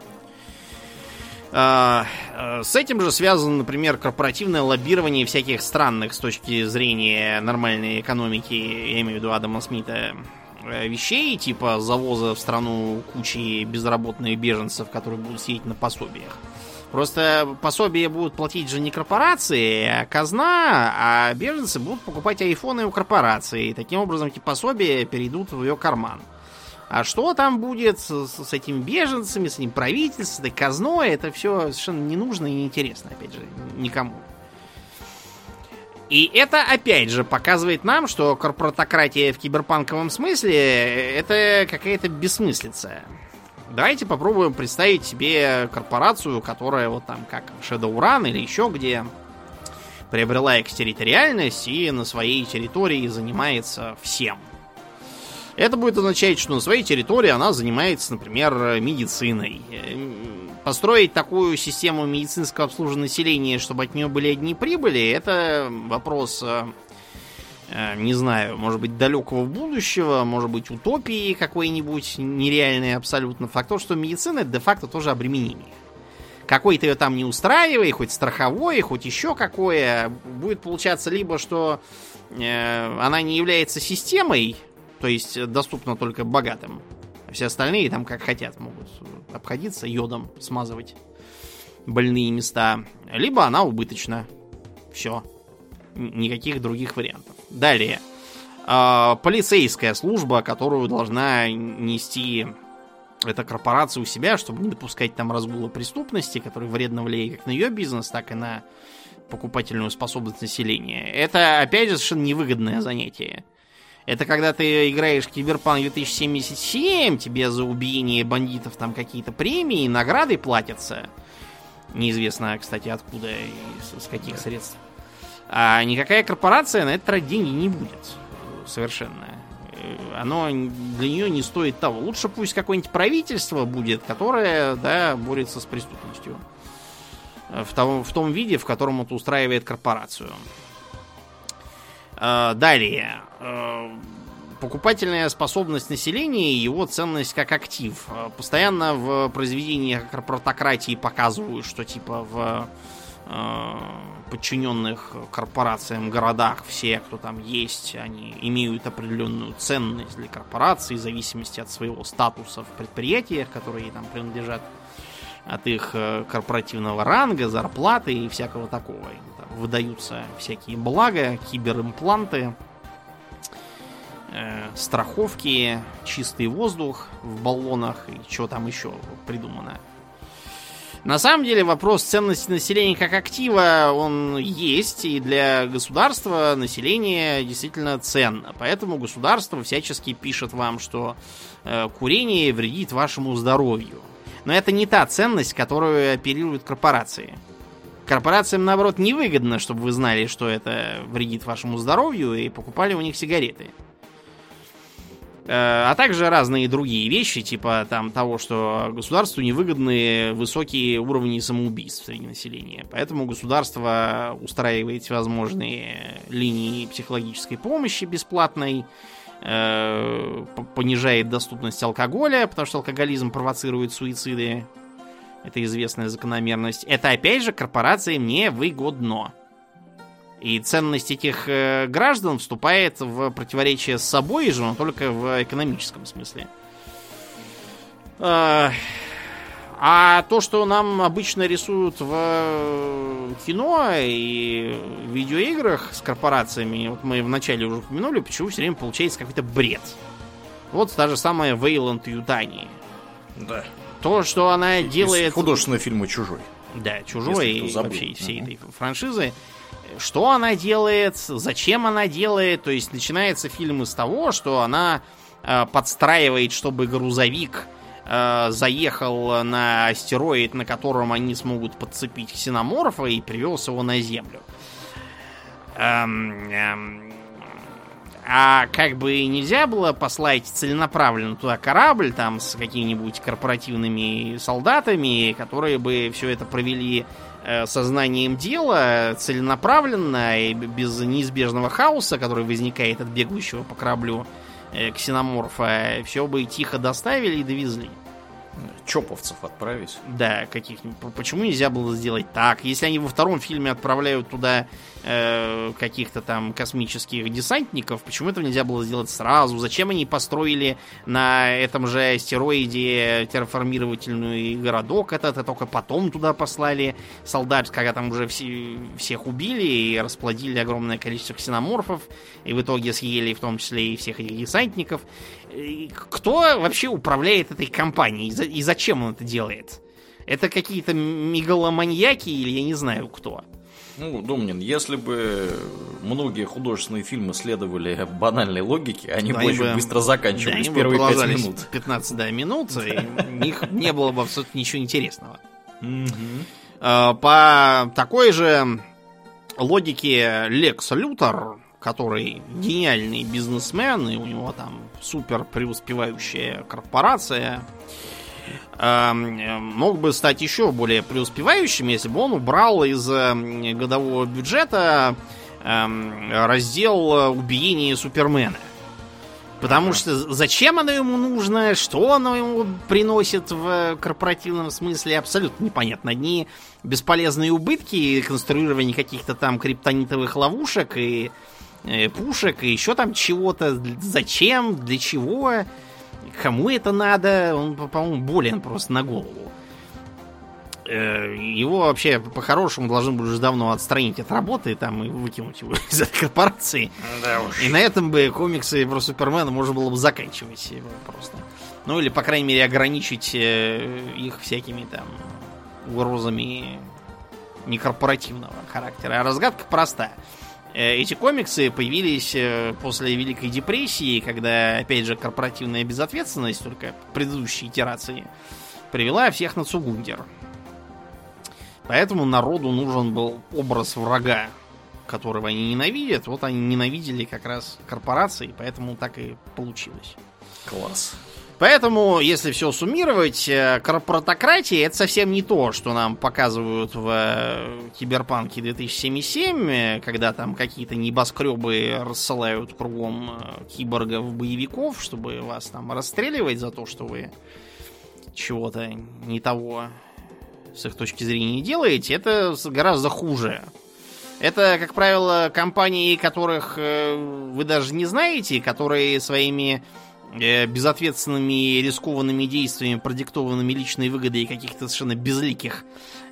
С этим же связано, например, корпоративное лоббирование всяких странных с точки зрения нормальной экономики, я имею в виду Адама Смита, вещей, типа завоза в страну кучи безработных беженцев, которые будут сидеть на пособиях. Просто пособия будут платить же не корпорации, а казна, а беженцы будут покупать айфоны у корпорации. И таким образом эти пособия перейдут в ее карман. А что там будет с этими беженцами, с этим правительством, с этой казной, это все совершенно не нужно и неинтересно, опять же, никому. И это, опять же, показывает нам, что корпоратократия в киберпанковом смысле это какая-то бессмыслица. Давайте попробуем представить себе корпорацию, которая вот там, как Shadowrun или еще где, приобрела экстерриториальность и на своей территории занимается всем. Это будет означать, что на своей территории она занимается, например, медициной. Построить такую систему медицинского обслуживания населения, чтобы от нее были одни прибыли, это вопрос не знаю, может быть, далекого будущего, может быть, утопии какой-нибудь нереальной абсолютно. Факт то, что медицина это де-факто тоже обременение. Какой ты ее там не устраивай, хоть страховой, хоть еще какое, будет получаться либо, что она не является системой, то есть доступна только богатым, а все остальные там как хотят могут обходиться, йодом смазывать больные места, либо она убыточна. Все. Никаких других вариантов. Далее. Полицейская служба, которую должна нести эта корпорация у себя, чтобы не допускать там разгула преступности, который вредно влияет как на ее бизнес, так и на покупательную способность населения. Это, опять же, совершенно невыгодное занятие. Это когда ты играешь в Киберпанк 2077, тебе за убиение бандитов там какие-то премии, награды платятся. Неизвестно, кстати, откуда и с каких средств. А никакая корпорация на это тратить деньги не будет. Совершенно. Оно для нее не стоит того. Лучше пусть какое-нибудь правительство будет, которое, да, борется с преступностью. В том виде, в котором это устраивает корпорацию. Далее. Покупательная способность населения и его ценность как актив. Постоянно в произведениях корпоратократии показывают, что типа в подчиненных корпорациям городах все, кто там есть, они имеют определенную ценность для корпорации в зависимости от своего статуса в предприятиях, которые там принадлежат, от их корпоративного ранга, зарплаты и всякого такого. Там выдаются всякие блага, киберимпланты, страховки, чистый воздух в баллонах и что там еще придумано. На самом деле вопрос ценности населения как актива, он есть, и для государства население действительно ценно. Поэтому государство всячески пишет вам, что курение вредит вашему здоровью. Но это не та ценность, которую оперируют корпорации. Корпорациям, наоборот, невыгодно, чтобы вы знали, что это вредит вашему здоровью, и покупали у них сигареты. А также разные другие вещи, типа там того, что государству невыгодны высокие уровни самоубийств среди населения. Поэтому государство устраивает всевозможные линии психологической помощи бесплатной, понижает доступность алкоголя, потому что алкоголизм провоцирует суициды. Это известная закономерность. Это, опять же, корпорациям невыгодно. И ценность этих граждан вступает в противоречие с собой же, но только в экономическом смысле. А то, что нам обычно рисуют в кино и в видеоиграх с корпорациями, вот мы вначале уже упомянули, почему все время получается какой-то бред. Вот та же самая Вейланд Ютани. Да. То, что она делает... Из художественного фильма «Чужой». Да, «Чужой» и вообще всей этой франшизы. Что она делает, зачем она делает. То есть начинается фильм с того, что она подстраивает, чтобы грузовик заехал на астероид, на котором они смогут подцепить ксеноморфа, и привез его на Землю. А как бы нельзя было послать целенаправленно туда корабль там с какими-нибудь корпоративными солдатами, которые бы все это провели сознанием дела, целенаправленно и без неизбежного хаоса, который возникает от бегущего по кораблю ксеноморфа, все бы тихо доставили и довезли. Чоповцев отправить. Да, каких-нибудь. Почему нельзя было сделать так? Если они во втором фильме отправляют туда каких-то там космических десантников, почему этого нельзя было сделать сразу? Зачем они построили на этом же астероиде терраформировательный городок этот, только потом туда послали солдат, когда там уже всех убили и расплодили огромное количество ксеноморфов, и в итоге съели в том числе и всех этих десантников. Кто вообще управляет этой компанией и зачем он это делает? Это какие-то мегаломаньяки или я не знаю кто? Ну, Домнин, если бы многие художественные фильмы следовали банальной лоgiке, они бы очень быстро заканчивались в первые 5 минут. 15 минут, и у них не было бы абсолютно ничего интересного. По такой же логике Лекс Лютер, который гениальный бизнесмен, и у него там супер преуспевающая корпорация, мог бы стать еще более преуспевающим, если бы он убрал из годового бюджета раздел убиения Супермена. Потому что зачем оно ему нужно, что оно ему приносит в корпоративном смысле, абсолютно непонятно. Одни бесполезные убытки, конструирование каких-то там криптонитовых ловушек и пушек, и еще там чего-то. Зачем, для чего, кому это надо, он, по-моему, болен просто на голову. Его вообще по-хорошему должны были уже давно отстранить от работы там, и выкинуть его из этой корпорации. Да уж. И на этом бы комиксы про Супермена можно было бы заканчивать его просто. Ну или, по крайней мере, ограничить их всякими там угрозами некорпоративного характера. А разгадка проста. Эти комиксы появились после Великой депрессии, когда, опять же, корпоративная безответственность, только предыдущей итерации, привела всех на Цугундер. Поэтому народу нужен был образ врага, которого они ненавидят. Вот они ненавидели как раз корпорации, поэтому так и получилось. Класс. Поэтому, если все суммировать, корпоратократия — это совсем не то, что нам показывают в Киберпанке 2077, когда там какие-то небоскребы рассылают кругом киборгов-боевиков, чтобы вас там расстреливать за то, что вы чего-то не того с их точки зрения делаете. Это гораздо хуже. Это, как правило, компании, которых вы даже не знаете, которые своими безответственными и рискованными действиями, продиктованными личной выгодой каких-то совершенно безликих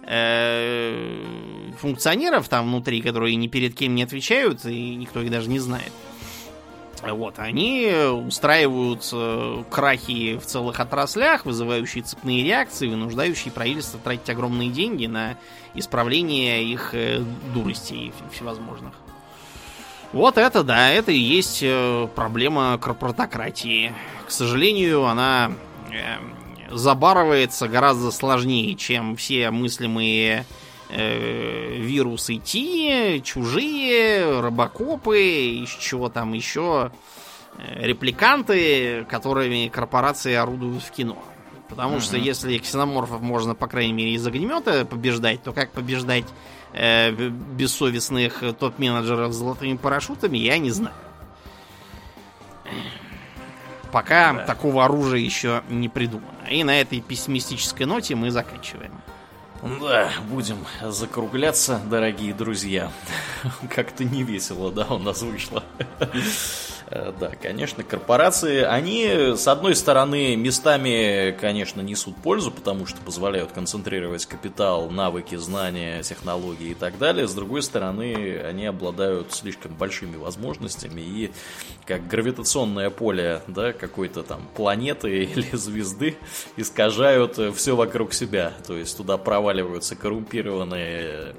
функционеров там внутри, которые ни перед кем не отвечают, и никто их даже не знает. Вот, они устраивают крахи в целых отраслях, вызывающие цепные реакции, вынуждающие правительство тратить огромные деньги на исправление их дуростей всевозможных. Вот это, да, это и есть проблема корпоратократии. К сожалению, она забарывается гораздо сложнее, чем все мыслимые вирусы Ти, чужие, робокопы, чего там еще, репликанты, которыми корпорации орудуют в кино. Потому что если ксеноморфов можно, по крайней мере, из огнемета побеждать, то как побеждать бессовестных топ-менеджеров с золотыми парашютами, я не знаю. Пока такого оружия еще не придумано. И на этой пессимистической ноте мы заканчиваем. Да, будем закругляться, дорогие друзья. Как-то не весело, да, у нас вышло. Да, конечно, корпорации, они, с одной стороны, местами, конечно, несут пользу, потому что позволяют концентрировать капитал, навыки, знания, технологии и так далее. С другой стороны, они обладают слишком большими возможностями и, как гравитационное поле, да, какой-то там планеты или звезды, искажают все вокруг себя. То есть туда проваливаются коррумпированные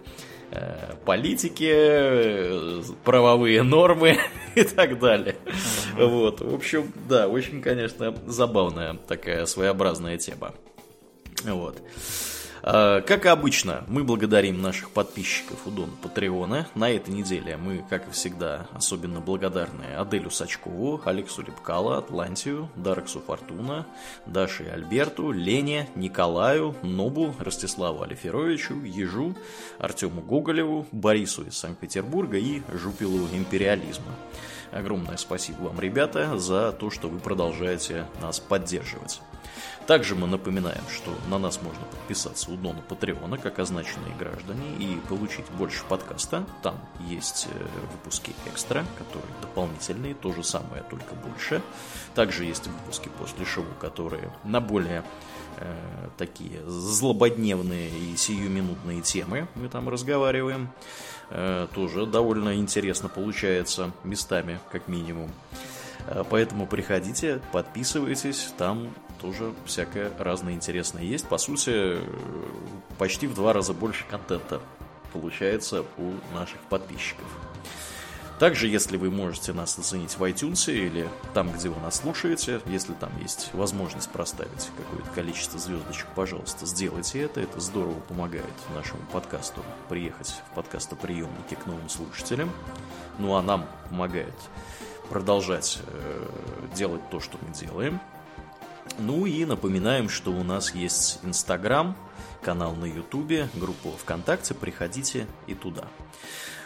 политики, правовые нормы и так далее. Вот. В общем, да, очень, конечно, забавная такая своеобразная тема. Вот. Как и обычно, мы благодарим наших подписчиков у Дона Патреона. На этой неделе мы, как и всегда, особенно благодарны Аделю Сачкову, Алексу Лепкало, Атлантию, Дарксу Фортуна, Даше Альберту, Лене, Николаю, Нобу, Ростиславу Алиферовичу, Ежу, Артему Гоголеву, Борису из Санкт-Петербурга и Жупилу Империализма. Огромное спасибо вам, ребята, за то, что вы продолжаете нас поддерживать. Также мы напоминаем, что на нас можно подписаться у Дона Патреона, как означенные граждане, и получить больше подкаста. Там есть выпуски экстра, которые дополнительные, то же самое, только больше. Также есть выпуски после шоу, которые на более такие злободневные и сиюминутные темы мы там разговариваем. Тоже довольно интересно получается местами, как минимум. Поэтому приходите, подписывайтесь, там тоже всякое разное интересное есть. По сути, почти в 2 раза больше контента получается у наших подписчиков. Также, если вы можете нас оценить в iTunes или там, где вы нас слушаете, если там есть возможность проставить какое-то количество звездочек, пожалуйста, сделайте это. Это здорово помогает нашему подкасту приехать в подкастоприемники к новым слушателям. Ну а нам помогает продолжать делать то, что мы делаем. Ну и напоминаем, что у нас есть Инстаграм, канал на Ютубе, группа ВКонтакте, приходите и туда.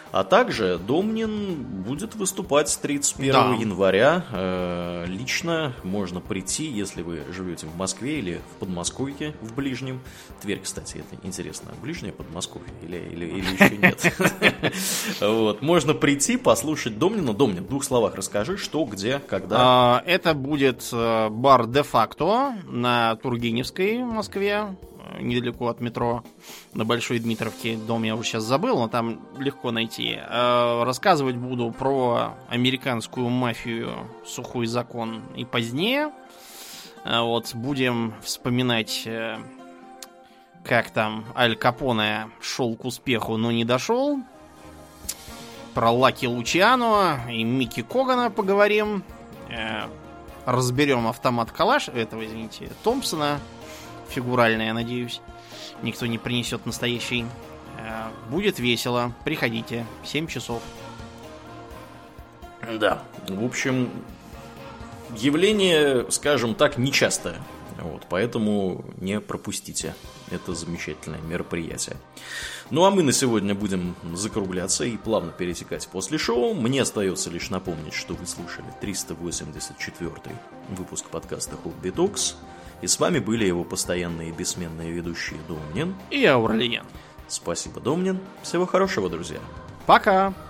А также Домнин будет выступать 31 января. Лично можно прийти, если вы живете в Москве или в Подмосковье, в ближнем. Тверь, кстати, это интересно, ближнее Подмосковье или еще нет. Вот. Можно прийти, послушать Домнина. Домнин, в 2 словах расскажи, что, где, когда. Это будет бар «Де-факто» на Тургеневской в Москве, недалеко от метро, на Большой Дмитровке. Дом я уже сейчас забыл, но там легко найти. Рассказывать буду про американскую мафию, сухой закон и позднее. Вот, будем вспоминать, как там Аль Капоне шел к успеху, но не дошел. Про Лаки Лучиано и Микки Когана поговорим. Разберем автомат Томпсона. Фигурально, я надеюсь. Никто не принесет настоящий. Будет весело. Приходите. 7 часов. Да. В общем, явление, скажем так, нечастое. Вот, поэтому не пропустите это замечательное мероприятие. Ну а мы на сегодня будем закругляться и плавно перетекать после шоу. Мне остается лишь напомнить, что вы слушали 384-й выпуск подкаста Hobby Talks. И с вами были его постоянные и бессменные ведущие Домнин и Аурлиен. Спасибо, Домнин. Всего хорошего, друзья. Пока.